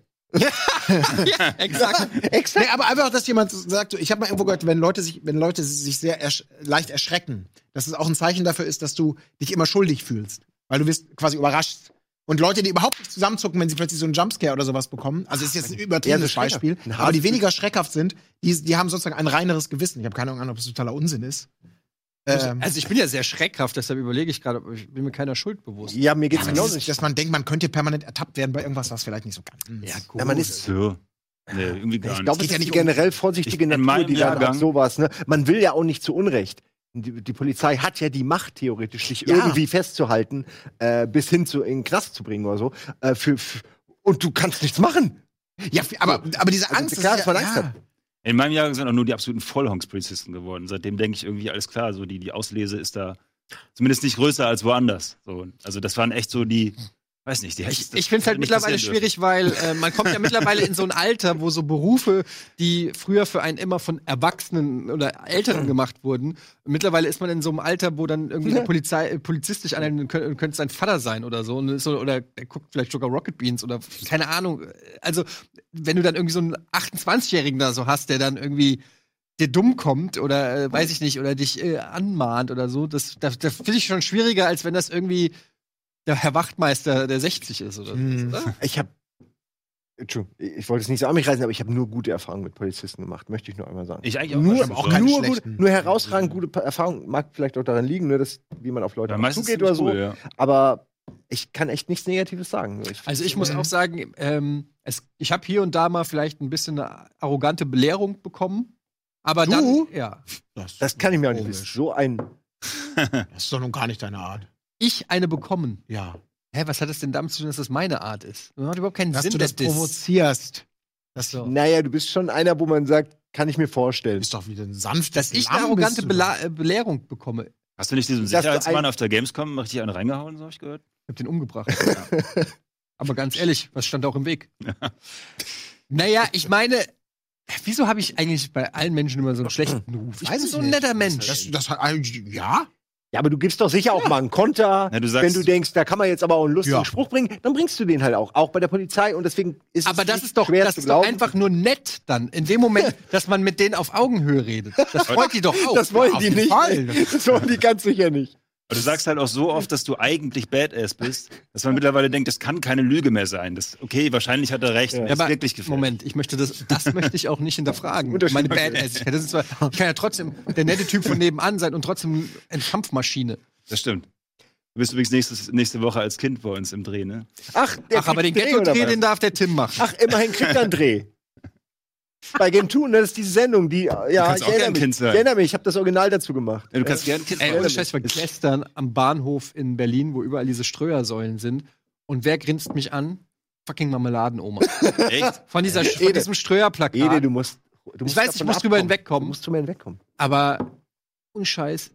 S1: Exakt.
S2: Exakt.
S4: Nee, aber einfach, dass jemand sagt, so, ich habe mal irgendwo gehört, wenn Leute sich, wenn Leute sich sehr ersch leicht erschrecken, dass es auch ein Zeichen dafür ist, dass du dich immer schuldig fühlst. Weil du wirst quasi überrascht. Und Leute, die überhaupt nicht zusammenzucken, wenn sie plötzlich so einen Jumpscare oder sowas bekommen, also ist jetzt ein übertriebenes
S2: Ja, so
S4: Beispiel,
S2: schreckhaft.
S4: aber die weniger schreckhaft sind, die, die haben sozusagen ein reineres Gewissen. Ich habe keine Ahnung, ob das totaler Unsinn ist. Ähm,
S1: Also ich bin ja sehr schreckhaft, deshalb überlege ich gerade, ich bin mir keiner Schuld bewusst.
S2: Ja, mir geht's
S4: aber
S2: genauso.
S4: dieses, dass man denkt, man könnte permanent ertappt werden bei irgendwas, was vielleicht nicht so ganz.
S1: Ja, gut.
S2: Ja, man ist
S3: So. Nee, irgendwie gar
S2: Ich
S3: nicht.
S2: glaube, es
S4: geht ja
S2: ist die
S4: nicht um-
S2: generell vorsichtige
S3: Ich- in
S2: Natur,
S3: meinem
S2: die dann
S3: Jahrgang-
S2: auch sowas, ne? Man will ja auch nicht zu Unrecht. Die, die Polizei hat ja die Macht, theoretisch, dich
S4: Ja.
S2: irgendwie festzuhalten, äh, bis hin zu in den Knast zu bringen oder so. Äh, für, für, und du kannst nichts machen.
S4: Ja, aber, aber diese
S2: Also
S4: Angst,
S2: klar,
S4: das
S2: dass
S4: ist
S2: man
S4: ja,
S2: Angst
S4: ja.
S2: hat.
S3: In meinem Jahr sind auch nur die absoluten Vollhonks-Polizisten geworden. Seitdem denke ich irgendwie, alles klar, so die, die Auslese ist da zumindest nicht größer als woanders. So, also das waren echt so die, weiß nicht, die
S1: Ich,
S3: das
S1: ich finde es halt
S3: hätte nicht
S1: mittlerweile
S3: passieren dürfen.
S1: schwierig, weil äh, man kommt ja mittlerweile in so ein Alter, wo so Berufe, die früher für einen immer von Erwachsenen oder Älteren gemacht wurden, mittlerweile ist man in so einem Alter, wo dann irgendwie der Polizei, äh, Polizist dich an könnte, könnte sein Vater sein oder so, und ist so, oder er guckt vielleicht sogar Rocket Beans oder keine Ahnung. Also wenn du dann irgendwie so einen achtundzwanzigjährigen da so hast, der dann irgendwie dir dumm kommt oder äh, weiß ich nicht, oder dich äh, anmahnt oder so, das, das, das finde ich schon schwieriger, als wenn das irgendwie der Herr Wachtmeister, der sechzig ist oder so.
S4: Hm.
S1: Oder?
S2: Ich habe Entschuldigung, ich wollte es nicht so an mich reißen, aber ich habe nur gute Erfahrungen mit Polizisten gemacht, möchte ich nur einmal sagen.
S3: Ich eigentlich auch.
S2: Nur,
S3: also
S4: auch
S3: so.
S4: keine
S2: nur, gut,
S4: schlechten.
S2: nur herausragend gute Pa- Erfahrungen, mag vielleicht auch daran liegen, ne, dass, wie man auf Leute
S3: Ja,
S2: auch
S3: meistens
S2: zugeht oder so.
S3: cool, ja.
S2: Aber ich kann echt nichts Negatives sagen. Ich
S1: Also ich muss
S4: Mhm.
S1: auch sagen, ähm, es, ich habe hier und da mal vielleicht ein bisschen eine arrogante Belehrung bekommen. Aber
S4: Du?
S1: dann, ja,
S2: Das kann ich mir auch nicht
S4: Komisch.
S2: wissen. So ein.
S4: Das ist doch nun gar nicht deine Art.
S1: ich eine bekommen.
S4: Ja.
S1: Hä, was hat das denn damit zu tun, dass das meine Art ist? Das macht überhaupt keinen
S4: Dass
S1: Sinn,
S4: du das
S1: der Diss.
S4: provozierst. Das
S1: So.
S2: Naja, du bist schon einer, wo man sagt, kann ich mir vorstellen.
S4: ist doch wieder ein sanftes
S1: Dass ich eine
S4: Lamm
S1: arrogante
S4: bist du
S1: Bela äh, Belehrung bekomme. Ich
S3: Hast du nicht diesem
S2: Dass du
S3: Sicherheitsmann
S2: ein-
S3: auf der Gamescom richtig einen reingehauen, so habe ich gehört?
S1: hab den umgebracht. Aber ganz ehrlich, was stand auch im Weg? Naja, ich meine, wieso habe ich eigentlich bei allen Menschen immer so einen schlechten Ruf? Ich
S4: Weiß
S1: bin
S4: ich
S1: so ein
S4: nicht.
S1: netter Mensch.
S4: Das, das hat eigentlich, ja?
S2: Ja, aber du gibst doch sicher auch mal einen Konter.
S3: Na, du sagst-
S2: wenn du denkst, da kann man jetzt aber auch einen lustigen
S4: Ja.
S2: Spruch bringen, dann bringst du den halt auch. Auch bei der Polizei. Und deswegen ist
S1: Aber
S2: es
S1: das
S2: nicht
S1: ist doch,
S2: schwer
S1: das
S2: zu
S1: ist doch
S2: glauben.
S1: einfach nur nett dann. In dem Moment, dass man mit denen auf Augenhöhe redet. Das freut die doch auch.
S2: Das wollen
S4: auf
S2: die
S4: jeden
S2: nicht.
S4: Fall.
S2: Das wollen die ganz sicher nicht.
S3: Aber du sagst halt auch so oft, dass du eigentlich Badass bist, dass man mittlerweile denkt, das kann keine Lüge mehr sein. Das, okay, wahrscheinlich hat er recht.
S2: Ja.
S3: Das
S1: Ja,
S3: ist
S1: aber
S3: wirklich gefährlich.
S1: Moment, ich möchte das, das möchte ich auch nicht hinterfragen.
S2: Unterschied.
S1: Meine Badassigkeit. Das ist zwar, ich kann ja trotzdem der nette Typ von nebenan sein und trotzdem eine Kampfmaschine.
S3: Das stimmt. Du bist übrigens nächstes, nächste Woche als Kind bei uns im Dreh, ne?
S2: Ach, der
S1: Ach, aber den
S2: kriegt einen Dreh, oder
S1: Ghetto-Dreh,
S2: was?
S1: den darf der Tim machen.
S2: Ach, immerhin kriegt er einen Dreh. Bei Game zwei, ne, das ist diese Sendung, die, ja,
S3: kannst
S2: ich
S3: auch
S2: erinnere
S3: gern
S2: mich.
S3: Kind sein.
S2: Ich erinnere mich, ich habe das Original dazu gemacht.
S3: Ja, du kannst gerne Kind
S1: Ey,
S3: sein.
S1: ohne Scheiß, ich war gestern am Bahnhof in Berlin, wo überall diese Streuersäulen sind. Und wer grinst mich an? Fucking Marmeladenoma.
S3: Echt?
S1: Von, dieser, von
S2: Ede.
S1: diesem Streuerplakat.
S2: Ede, du musst. Du musst
S1: weiß, ich
S2: davon
S1: muss drüber
S2: abkommen.
S1: hinwegkommen.
S2: Du musst drüber hinwegkommen.
S1: Aber, ohne Scheiß,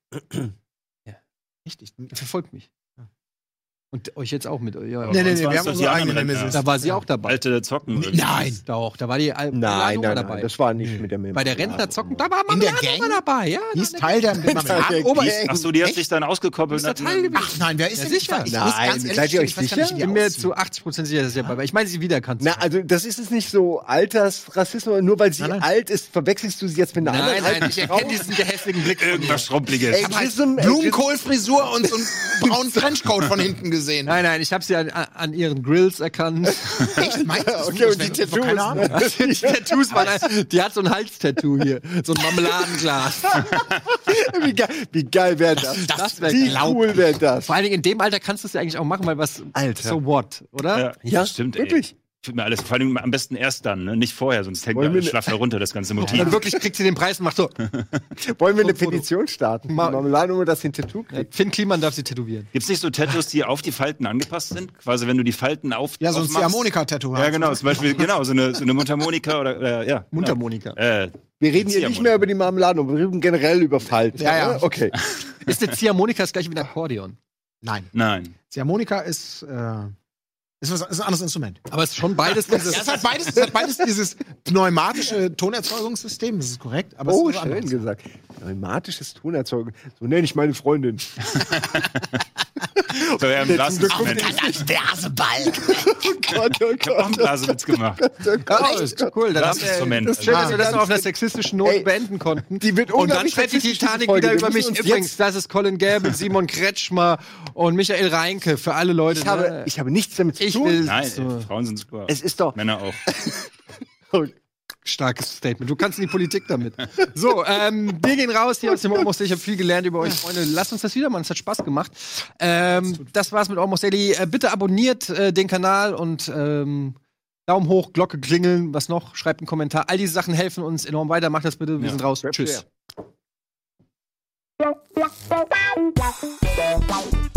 S4: Richtig.
S1: verfolgt mich. Und euch jetzt auch mit. Ja,
S4: Nee, nee,
S3: Sonst
S4: nee,
S3: waren
S4: wir
S3: es
S4: haben
S3: doch
S4: unsere
S3: die
S4: eigene
S3: anderen
S4: Nemesis.
S1: Da war sie auch dabei.
S3: Alte Zocken. oder wie?
S4: Nein.
S1: Doch, da war die Al
S2: Nein,
S1: Marmeladenoma
S2: nein,
S1: dabei.
S2: nein, das war nicht mit der Milch.
S1: Bei der Rentnerzocken, da war
S4: In der
S1: Marmeladenoma
S4: Gang?
S1: dabei. Ja,
S4: Die ist
S1: da-
S4: Teil der Marmeladenoma.
S3: Die ist, ach so, die hat
S4: Echt?
S3: sich dann ausgekoppelt.
S1: Ist der
S3: und hat-
S1: Teil gewesen?
S4: Ach nein, wer ist
S1: Ja,
S4: denn
S1: sicher.
S4: Ich
S2: Nein,
S4: muss ganz ehrlich
S2: seid ihr
S4: gestehen,
S2: euch
S4: ich weiß gar
S2: sicher?
S4: nicht,
S1: Ich
S4: wie die
S1: bin mir
S4: aussieht.
S1: zu achtzig Prozent sicher, dass sie dabei war. Ich meine, sie wiedererkannt.
S2: Na, also das ist es nicht so Altersrassismus, nur weil sie
S4: Nein, nein.
S2: alt ist, verwechselst du sie jetzt mit einer
S1: nein,
S2: anderen
S1: nein,
S2: alten
S1: ich
S2: Frau?
S1: erkenne diesen gehässigen Blick.
S3: Irgendwas Schrumpeliges.
S2: Ageism,
S4: Blumenkohlfrisur und so einen braunen Trenchcoat von hinten gesehen.
S1: Nein, nein, ich habe sie an, an ihren Grills erkannt.
S4: Echt? Meinst du das?
S2: Okay, und die
S4: Das wäre doch
S2: Tattoos,
S4: keine Ahnung.
S2: ne?
S1: die Tattoos waren, die hat so ein Halstattoo hier, so ein Marmeladenglas.
S2: Wie geil, wie geil wäre das?
S1: Das wäre
S2: Wie
S1: glaublich.
S2: cool wäre das?
S1: Vor allen Dingen in dem Alter kannst du es ja eigentlich auch machen, weil was
S2: Alter.
S1: so what, oder?
S3: Ja,
S2: Ja,
S3: stimmt.
S2: wirklich.
S3: Ey. Tut mir alles, vor allem am besten erst dann, ne? Nicht vorher, sonst hängt mir
S2: Wollen wir
S3: alles
S2: ne-
S3: schlaff herunter, das ganze
S1: Und
S3: Motiv.
S1: dann wirklich kriegt sie den Preis und macht so.
S2: Wollen wir eine
S1: Foto.
S2: Petition starten?
S1: Ma-
S2: Marmeladenoma, dass sie ein Tattoo kriegt.
S1: Finn Kliman darf sie tätowieren.
S3: Gibt's nicht so Tattoos, die auf die Falten angepasst sind? Quasi, wenn du die Falten auf
S4: Ja, so ein
S3: aufmachst?
S4: Ziehharmonika-Tattoo.
S3: Ja, genau, zum Beispiel, genau, so eine, so eine Mundharmonika oder, äh, ja.
S1: Mundharmonika.
S3: Genau. Äh,
S2: Wir reden hier nicht mehr über die Marmeladenoma, wir reden generell über Falten.
S4: Ja, ja.
S2: Okay.
S1: Ist eine Ziehharmonika das gleiche wie ein Akkordeon?
S4: Nein.
S3: Nein.
S4: Ziehharmonika ist, äh, ist, was, ist ein anderes Instrument.
S1: Aber es ist schon beides dieses.
S4: Ja, es hat beides, es hat beides dieses pneumatische Tonerzeugungssystem, das ist korrekt. Aber
S2: Oh,
S4: es ist was
S2: schön
S4: anderes.
S2: gesagt. Pneumatisches Tonerzeugen. So nenne ich meine Freundin.
S3: So, wir haben einen
S2: Zum Glück
S3: Blasinstrument.
S2: kommt
S4: Ein Blaseball.
S2: Oh Gott, oh
S3: Ich hab auch einen Blasewitz gemacht.
S1: Oh, ist cool. Dann haben wir,
S3: Blasinstrument.
S1: das ist schön, dass wir das
S2: Ah.
S1: noch auf einer sexistischen Note
S2: Ey,
S1: beenden konnten.
S2: die wird
S1: und dann
S2: unglaublich
S1: fällt die
S2: sexistisch,
S1: Titanic
S2: diese Folge.
S1: wieder
S2: Wir
S1: über
S2: müssen
S1: mich.
S2: uns
S1: Übrigens,
S2: jetzt-
S1: das ist Colin Gable, Simon Kretschmer und Michael Reinke für alle Leute.
S2: Ich habe,
S1: ne?
S2: ich habe nichts damit zu
S1: Ich
S2: tun.
S1: will
S3: Nein,
S1: so.
S3: ey, Frauen sind super.
S2: Es ist doch.
S3: Männer auch.
S1: Starkes Statement. Du kannst in die Politik damit. So, ähm, wir gehen raus hier aus dem Almost. Ich habe viel gelernt über euch, Freunde. Lasst uns das wieder machen. Es hat Spaß gemacht. Ähm, das war's mit Almost Daily. Äh, bitte abonniert äh, den Kanal und ähm, Daumen hoch, Glocke klingeln. Was noch? Schreibt einen Kommentar. All diese Sachen helfen uns enorm weiter. Macht das bitte. Wir
S3: Ja.
S1: sind raus.
S2: Rap
S1: Tschüss.
S2: fair.